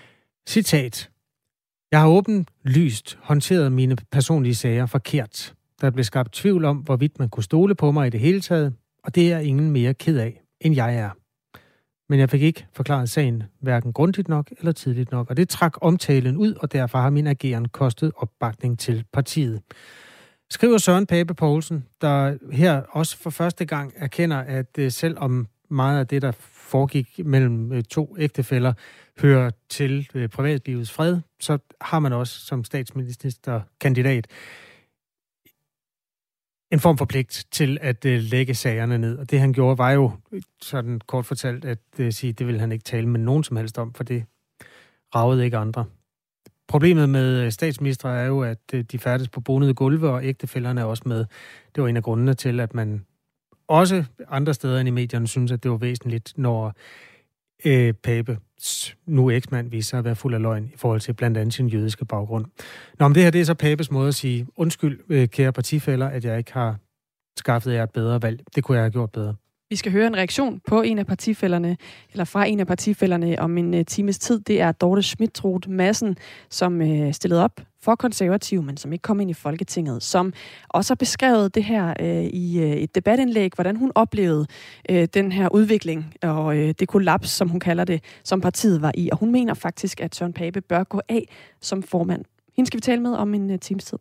Citat. Jeg har åbenlyst håndteret mine personlige sager forkert. Der blev skabt tvivl om, hvorvidt man kunne stole på mig i det hele taget, og det er ingen mere ked af, end jeg er. Men jeg fik ikke forklaret sagen hverken grundigt nok eller tidligt nok, og det trak omtalen ud, og derfor har min ageren kostet opbakning til partiet. Skriver Søren Pape Poulsen, der her også for første gang erkender, at selvom meget af det, der foregik mellem to ægtefæller, hører til privatlivets fred, så har man også som statsministerkandidat en form for pligt til at lægge sagerne ned. Og det han gjorde var jo sådan kort fortalt at sige, det ville han ikke tale med nogen som helst om, for det ragede ikke andre. Problemet med statsministre er jo, at de færdes på bonede gulve, og ægtefællerne er også med. Det var en af grundene til, at man også andre steder end i medierne synes, at det var væsentligt, når Pape, nu eksmand, viser sig at være fuld af løgn i forhold til blandt andet sin jødiske baggrund. Nå, men det her, det er så Papes måde at sige, undskyld, kære partifæller, at jeg ikke har skaffet jer et bedre valg. Det kunne jeg have gjort bedre. Vi skal høre en reaktion på en af partifællerne, eller fra en af partifællerne om en times tid. Det er Dorte Schmidt-Roth Madsen, som stillede op for Konservative, men som ikke kom ind i Folketinget, som også har beskrevet det her i et debatindlæg, hvordan hun oplevede den her udvikling og det kollaps, som hun kalder det, som partiet var i. Og hun mener faktisk, at Søren Pape bør gå af som formand. Hende skal vi tale med om en times tid.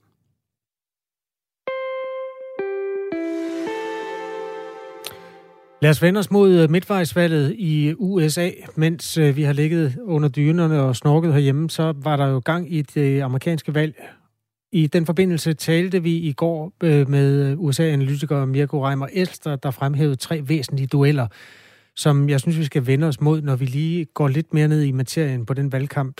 Lad os vende os mod midtvejsvalget i USA. Mens vi har ligget under dynerne og snorket herhjemme, så var der jo gang i det amerikanske valg. I den forbindelse talte vi i går med USA-analytiker Mirko Reimer Elster, der fremhævede 3 væsentlige dueller, som jeg synes, vi skal vende os mod, når vi lige går lidt mere ned i materien på den valgkamp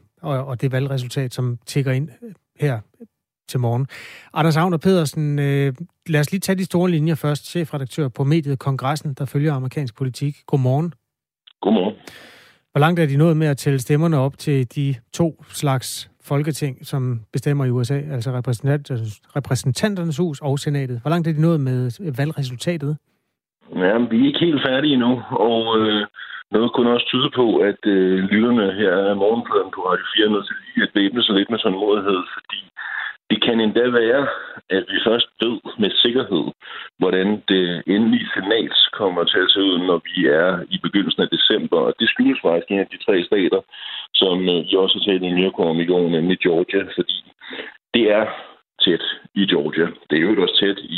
og det valgresultat, som tikker ind her til morgen. Anders Agner Pedersen, lad os lige tage de store linjer først. Chefredaktør på mediet Kongressen, der følger amerikansk politik. Godmorgen. Godmorgen. Hvor langt er de nået med at tælle stemmerne op til de 2 slags folketing, som bestemmer i USA, altså repræsentanternes hus og senatet? Hvor langt er de nået med valgresultatet? Ja, vi er ikke helt færdige endnu, og noget kunne også tyde på, at lytterne her af morgenfladen på Radio 4 er nødt til lige at væbne sig lidt med tålmodighed, fordi det kan endda være, at vi først ved med sikkerhed, hvordan det endelige senat kommer til at se ud, når vi er i begyndelsen af december. Og det skyldes faktisk en af de 3 stater, som I også har talt en Mirko om i går, nemlig Georgia, fordi det er tæt i Georgia. Det er jo også tæt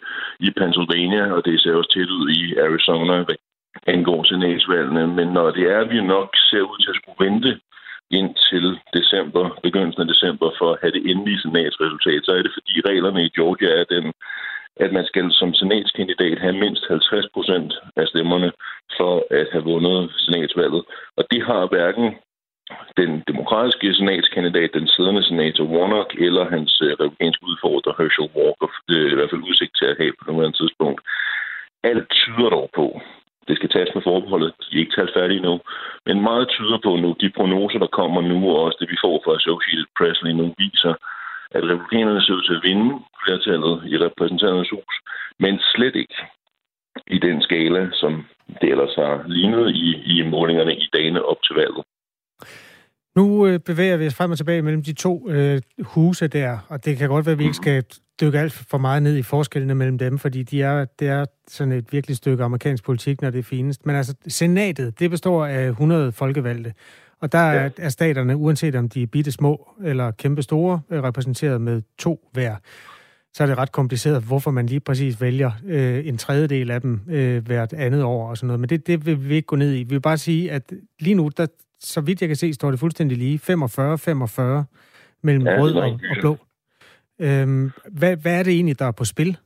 i Pennsylvania, og det ser også tæt ud i Arizona, hvad angår senatsvalgene. Men når det er, vi nok ser ud til at skulle vente indtil december, begyndelsen af december, for at have det endelige senatsresultat, så er det fordi reglerne i Georgia er den, at man skal som senatskandidat have mindst 50% af stemmerne for at have vundet senatsvalget. Og det har hverken den demokratiske senatskandidat, den siddende senator Warnock, eller hans republikanske udfordrer Herschel Walker, i hvert fald udsigt til at have på nuværende tidspunkt. Alt tyder dog på, det skal tages med forbeholdet. De er ikke talt færdige nu. Men meget tyder på nu, de prognoser, der kommer nu, og også det, vi får fra Associated Press lige nu, viser, at republikanerne ser ud til at vinde flertallet i repræsentanternes hus, men slet ikke i den skala, som det ellers har lignet i målingerne i dagene op til valget. Nu bevæger vi os frem og tilbage mellem de 2 huse der, og det kan godt være, at vi ikke skal dykke alt for meget ned i forskellene mellem dem, fordi det er sådan et virkelig stykke amerikansk politik, når det er finest. Men altså, senatet, det består af 100 folkevalgte, og der er staterne, uanset om de er bitte små eller kæmpe store, repræsenteret med 2 hver. Så er det ret kompliceret, hvorfor man lige præcis vælger en tredjedel af dem hvert andet år og sådan noget. Men det vil vi ikke gå ned i. Vi vil bare sige, at lige nu, der, så vidt jeg kan se, står det fuldstændig lige 45-45 mellem rød og blå. Hvad er det egentlig, der er på spil?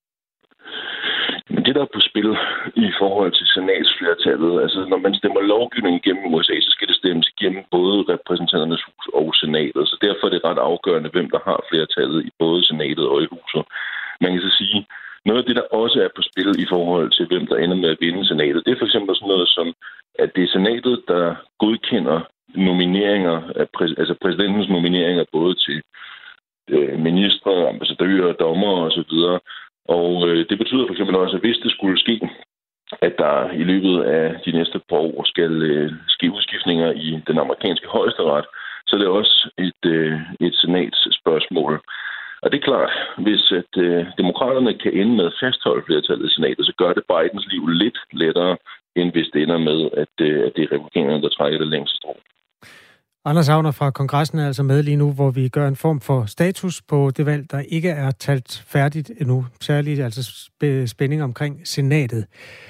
Det, der er på spil i forhold til senatsflertallet, altså når man stemmer lovgivning igennem USA, så skal det stemmes igennem både repræsentanternes hus og senatet. Så derfor er det ret afgørende, hvem der har flertallet i både senatet og i huset. Man kan så sige, noget af det, der også er på spil i forhold til, hvem der ender med at vinde senatet, det er for eksempel sådan noget som, at det er senatet, der godkender nomineringer, altså præsidentens nomineringer både til ministre, ambassadører, dommere osv. Og det betyder for eksempel også, at hvis det skulle ske, at der i løbet af de næste par år skal ske udskiftninger i den amerikanske højesteret, så er det også et senatsspørgsmål. Og det er klart, hvis demokraterne kan ende med at fastholde flertallet i senatet, så gør det Bidens liv lidt lettere, end hvis det ender med, at det er republikanerne, der trækker det længste strå. Anders Agner fra Kongressen er altså med lige nu, hvor vi gør en form for status på det valg, der ikke er talt færdigt endnu. Særligt altså spænding omkring senatet.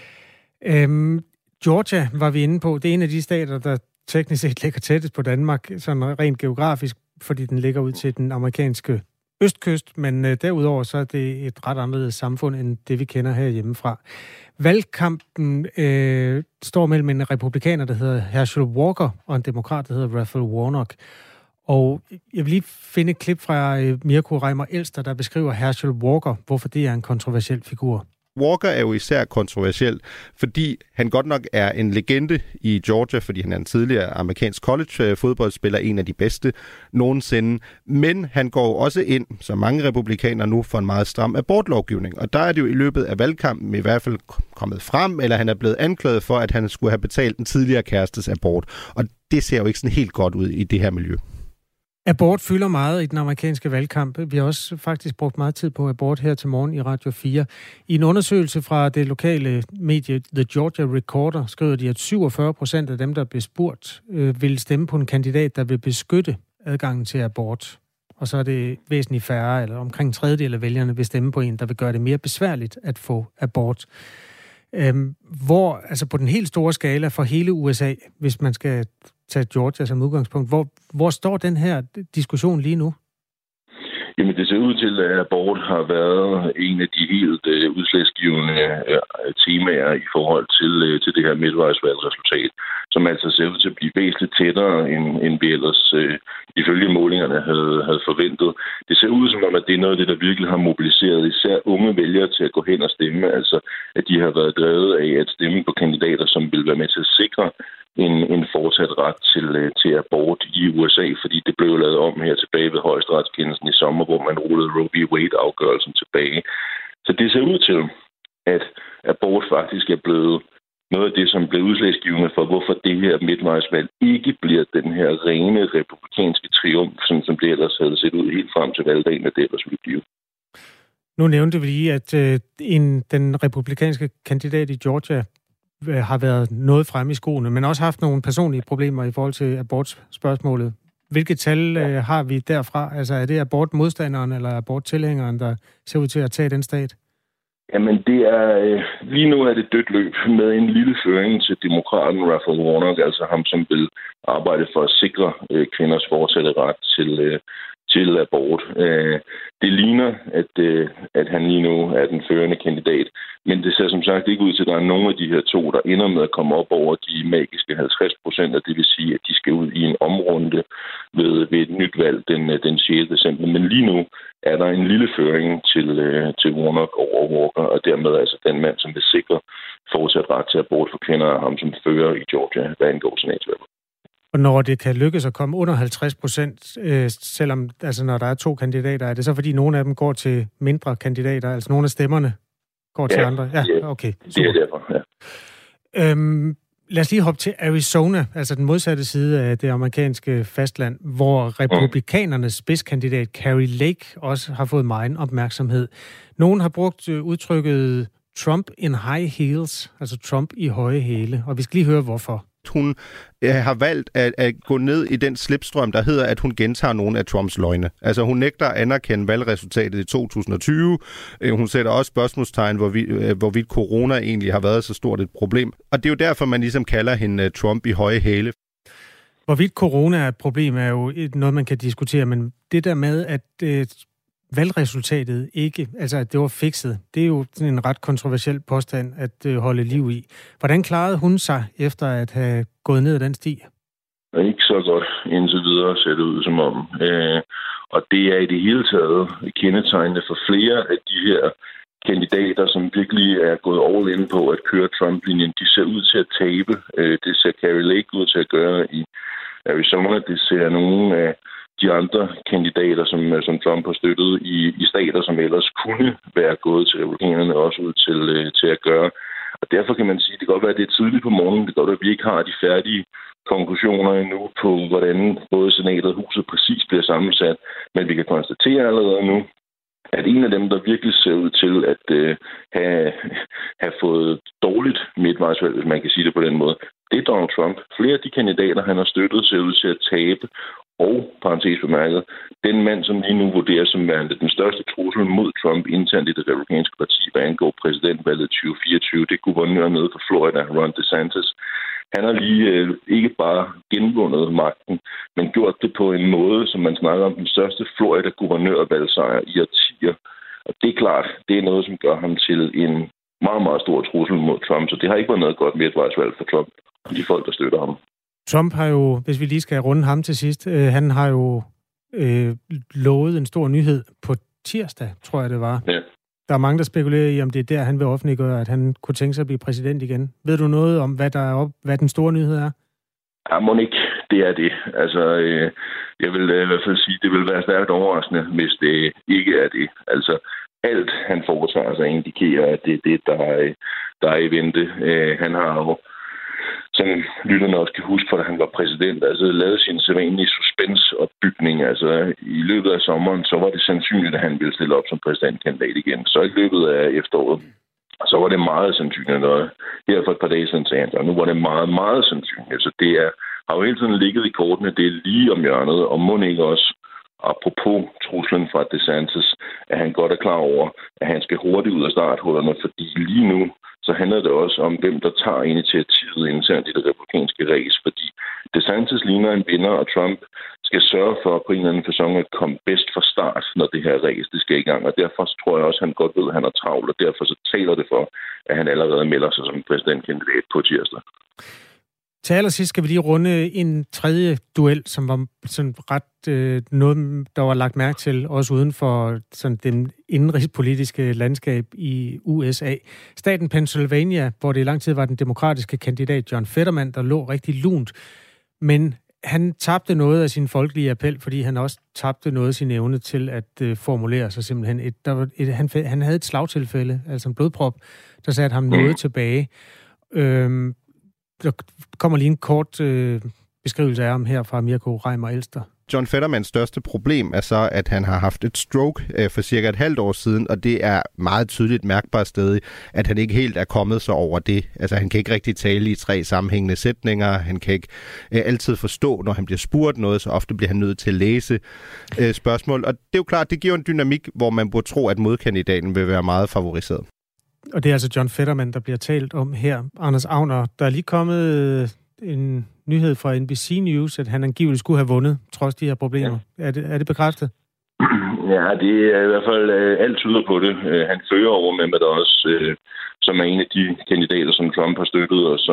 Georgia var vi inde på. Det er en af de stater, der teknisk set ligger tættest på Danmark, sådan rent geografisk, fordi den ligger ud til den amerikanske østkyst, men derudover så er det et ret anderledes samfund, end det vi kender herhjemmefra. Valgkampen står mellem en republikaner, der hedder Herschel Walker, og en demokrat, der hedder Raphael Warnock. Og jeg vil lige finde et klip fra Mirko Reimer Elster, der beskriver Herschel Walker, hvorfor det er en kontroversiel figur. Walker er jo især kontroversiel, fordi han godt nok er en legende i Georgia, fordi han er en tidligere amerikansk college-fodboldspiller, en af de bedste nogensinde. Men han går også ind, som mange republikanere nu, for en meget stram abortlovgivning. Og der er det jo i løbet af valgkampen i hvert fald kommet frem, eller han er blevet anklaget for, at han skulle have betalt en tidligere kærestes abort. Og det ser jo ikke sådan helt godt ud i det her miljø. Abort fylder meget i den amerikanske valgkamp. Vi har også faktisk brugt meget tid på abort her til morgen i Radio 4. I en undersøgelse fra det lokale medie The Georgia Recorder skriver de, at 47% af dem, der bliver spurgt, vil stemme på en kandidat, der vil beskytte adgangen til abort. Og så er det væsentligt færre, eller omkring en tredjedel af vælgerne vil stemme på en, der vil gøre det mere besværligt at få abort. Hvor, altså på den helt store skala for hele USA, hvis man skal tage Georgia som udgangspunkt, hvor står den her diskussion lige nu? Jamen, det ser ud til, at abort har været en af de helt udslagsgivende temaer i forhold til det her midtvejsvalgresultat, som altså ser ud til at blive væsentligt tættere, end vi ellers ifølge målingerne havde forventet. Det ser ud som om, at det er noget af det, der virkelig har mobiliseret især unge vælgere til at gå hen og stemme, altså at de har været drevet af at stemme på kandidater, som vil være med til at sikre en fortsat ret til abort i USA, fordi det blev lavet om her tilbage ved højesteretskendelsen i sommer, hvor man rullede Roe v. Wade-afgørelsen tilbage. Så det ser ud til, at abort faktisk er blevet noget af det, som blev udslagsgivende for, hvorfor det her midtvejsvalg ikke bliver den her rene republikanske triumf, som det ellers havde set ud helt frem til valgdagen, at det ellers ville blive. Nu nævnte vi lige, at den republikanske kandidat i Georgia har været noget fremme i skoene, men også haft nogle personlige problemer i forhold til abortspørgsmålet. Hvilke tal har vi derfra? Altså er det abortmodstanderen eller aborttilhængeren, der ser ud til at tage den stat? Jamen, det er lige nu er det dødt løb med en lille føring til demokraten Raphael Warnock, altså ham, som vil arbejde for at sikre kvinders fortsatte ret til abort. Det ligner, at han lige nu er den førende kandidat, men det ser som sagt ikke ud til, at der er nogen af de her to, der ender med at komme op over de magiske 50%, og det vil sige, at de skal ud i en omrunde ved et nyt valg den 6. december. Men lige nu er der en lille føring til Warnock over Walker, og dermed altså den mand, som vil sikre fortsat ret til abort for kvinder, og ham som fører i Georgia, hvad angår senatsvalget. Og når det kan lykkes at komme under 50%, selvom altså når der er to kandidater, er det så fordi nogle af dem går til mindre kandidater, altså nogle af stemmerne går til andre? Ja, okay. Super. Det er derfor, ja. Lad os lige hoppe til Arizona, altså den modsatte side af det amerikanske fastland, hvor republikanernes spidskandidat Kari Lake også har fået meget opmærksomhed. Nogen har brugt udtrykket Trump in high heels, altså Trump i høje hæle, og vi skal lige høre hvorfor. Hun har valgt at gå ned i den slipstrøm, der hedder, at hun gentager nogle af Trumps løgne. Altså hun nægter at anerkende valgresultatet i 2020. Hun sætter også spørgsmålstegn, hvorvidt corona egentlig har været så stort et problem. Og det er jo derfor, man ligesom kalder hende Trump i høje hæle. Hvorvidt corona er et problem, er jo noget, man kan diskutere, men det der med, at valgresultatet ikke, altså at det var fikset, det er jo sådan en ret kontroversiel påstand at holde liv i. Hvordan klarede hun sig efter at have gået ned ad den sti? Ikke så godt indtil videre ser det ud som om. Og det er i det hele taget kendetegnende for flere af de her kandidater, som virkelig er gået all in på at køre Trump-linjen. De ser ud til at tabe. Det ser Kari Lake ud til at gøre i Arizona. Det ser nogle af de andre kandidater, som Trump har støttet i stater, som ellers kunne være gået til republikanerne, også ud til at gøre. Og derfor kan man sige, at det kan godt være, at det er tidligt på morgenen. Det kan godt være, at vi ikke har de færdige konklusioner endnu på, hvordan både senatet og huset præcis bliver sammensat. Men vi kan konstatere allerede nu, at en af dem, der virkelig ser ud til at have fået dårligt midtvejsvalg, hvis man kan sige det på den måde, det er Donald Trump. Flere af de kandidater, han har støttet, ser ud til at tabe. Og, parentes bemærket, den mand, som lige nu vurderes som værende den største trussel mod Trump internt i det republikanske parti, hvad angår præsidentvalget 2024, det er guvernøren nede for Florida, Ron DeSantis. Han har lige ikke bare genvundet magten, men gjort det på en måde, som man snakker om den største Florida-guvernørvalgsejr i årtier. Og det er klart, det er noget, som gør ham til en meget, meget stor trussel mod Trump. Så det har ikke været noget godt midtvejsvalg for Trump og de folk, der støtter ham. Trump har jo, hvis vi lige skal runde ham til sidst, han har jo lovet en stor nyhed på tirsdag, tror jeg det var. Ja. Der er mange, der spekulerer i, om det er der, han vil offentliggøre, at han kunne tænke sig at blive præsident igen. Ved du noget om, hvad den store nyhed er? Ja, må ikke. Det er det. Altså, jeg vil i hvert fald sige, det vil være stærkt overraskende, hvis det ikke er det. Altså, alt han foretager sig indikerer, at det er det, der er i vente. Han har jo, som lytterne også kan huske, for da han var præsident, altså lavede sin sædvanlige suspensopbygning. Altså i løbet af sommeren, så var det sandsynligt, at han ville stille op som præsidentkandidat igen. Så i løbet af efteråret, så var det meget sandsynligt noget. Her for et par dage siden sagde han, og nu var det meget, meget sandsynligt. Så det har jo hele tiden ligget i kortene, det er lige om hjørnet, og må ikke også, apropos truslen fra DeSantis, at han godt er klar over, at han skal hurtigt ud af starthullerne, fordi lige nu, så handler det også om, hvem der tager initiativet internt i det republikanske race, fordi DeSantis ligner en vinder, og Trump skal sørge for på en eller anden facon at komme bedst fra start, når det her race det skal i gang, og derfor tror jeg også, at han godt ved, at han er travlt, og derfor så taler det for, at han allerede melder sig som præsidentkandidat på tirsdag. Til allersidst skal vi lige runde en tredje duel, som var sådan ret noget, der var lagt mærke til, også uden for sådan den indenrigspolitiske landskab i USA. Staten Pennsylvania, hvor det i lang tid var den demokratiske kandidat John Fetterman, der lå rigtig lunt, men han tabte noget af sin folkelige appel, fordi han også tabte noget af sin evne til at formulere sig simpelthen. Han havde et slagtilfælde, altså en blodprop, der satte ham noget tilbage. Der kommer lige en kort beskrivelse af ham her fra Mirko Reimer Elster. John Fettermans største problem er så, at han har haft et stroke for cirka et halvt år siden, og det er meget tydeligt mærkbart stadig, at han ikke helt er kommet så over det. Altså, han kan ikke rigtig tale i 3 sammenhængende sætninger. Han kan ikke altid forstå, når han bliver spurgt noget, så ofte bliver han nødt til at læse spørgsmål. Og det er jo klart, det giver en dynamik, hvor man burde tro, at modkandidaten vil være meget favoriseret. Og det er altså John Fetterman, der bliver talt om her. Anders Agner, der er lige kommet en nyhed fra NBC News, at han angiveligt skulle have vundet, trods de her problemer. Ja. Er det bekræftet? Ja, det er i hvert fald alt tyder på det. Han fører over med det også, som er en af de kandidater, som Trump har støttet, og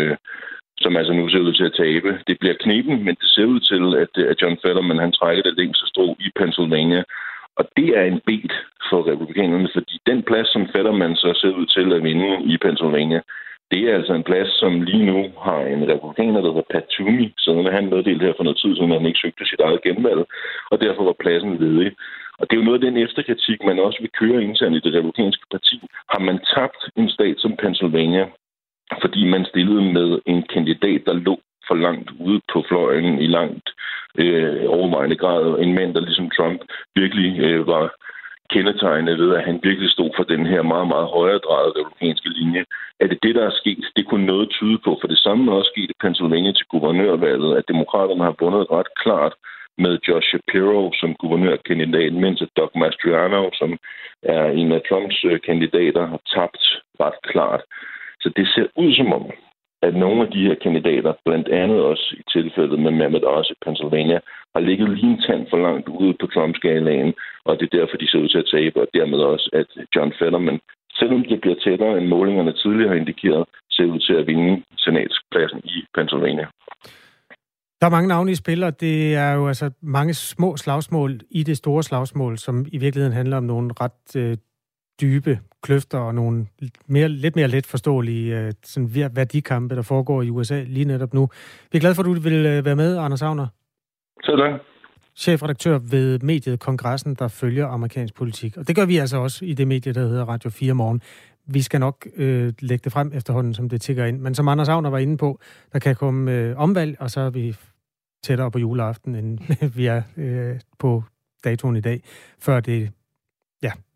som altså nu ser ud til at tabe. Det bliver knepen, men det ser ud til, at John Fetterman, han trækker det længste strå i Pennsylvania. Og det er en bet for republikanerne, fordi den plads, som Fetterman så ser ud til at vinde i Pennsylvania, det er altså en plads, som lige nu har en republikaner, der hedder Pat Toomey, så han meddelt her for noget tid siden, at han ikke søgte sit eget genvalg, og derfor var pladsen ledig. Og det er jo noget af den efterkritik, man også vil køre internt i det republikanske parti. Har man tabt en stat som Pennsylvania, fordi man stillede med en kandidat, der lå for langt ude på fløjen i langt overvejende grad. En mand, der ligesom Trump virkelig var kendetegnet ved, at han virkelig stod for den her meget, meget højredrejede republikanske linje. Er det det, der er sket? Det kunne noget tyde på, for det samme er også sket i Pennsylvania til guvernørvalget, at demokraterne har vundet ret klart med Josh Shapiro som guvernørkandidat, mens Doug Mastriano, som er en af Trumps kandidater, har tabt ret klart. Så det ser ud som om, at nogle af de her kandidater, blandt andet også i tilfældet med Mehmet Oz i Pennsylvania, har ligget lige en tand for langt ude på Trump-skalaen, og det er derfor, de ser ud til at tabe, og dermed også, at John Fetterman, selvom det bliver tættere end målingerne tidligere har indikeret, ser ud til at vinde senatspladsen i Pennsylvania. Der er mange navne i spil, og det er jo altså mange små slagsmål i det store slagsmål, som i virkeligheden handler om nogle ret dybe kløfter og nogle lidt mere let forståelige værdikampe, der foregår i USA lige netop nu. Vi er glade for, at du vil være med, Anders Agner. Sådan. Chefredaktør ved mediet Kongressen, der følger amerikansk politik. Og det gør vi altså også i det medie, der hedder Radio 4 Morgen. Vi skal nok lægge det frem efterhånden, som det tikker ind. Men som Anders Agner var inde på, der kan komme omvalg, og så er vi tættere på juleaften, end vi er på datoen i dag, før det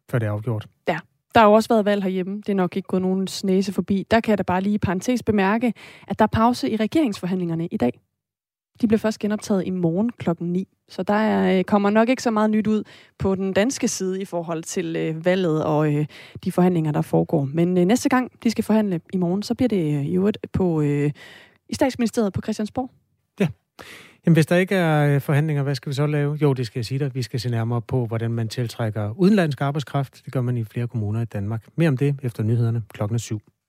før det er afgjort. Ja. Der har jo også været valg herhjemme. Det er nok ikke gået nogens næse forbi. Der kan jeg da bare lige i parentes bemærke, at der er pause i regeringsforhandlingerne i dag. De bliver først genoptaget i morgen klokken 9. Så der kommer nok ikke så meget nyt ud på den danske side i forhold til valget og de forhandlinger, der foregår. Men næste gang de skal forhandle i morgen, så bliver det i øvrigt i Statsministeriet på Christiansborg. Ja. Jamen, hvis der ikke er forhandlinger, hvad skal vi så lave? Jo, det skal jeg sige dig. Vi skal se nærmere på, hvordan man tiltrækker udenlandsk arbejdskraft. Det gør man i flere kommuner i Danmark. Mere om det efter nyhederne klokken 7.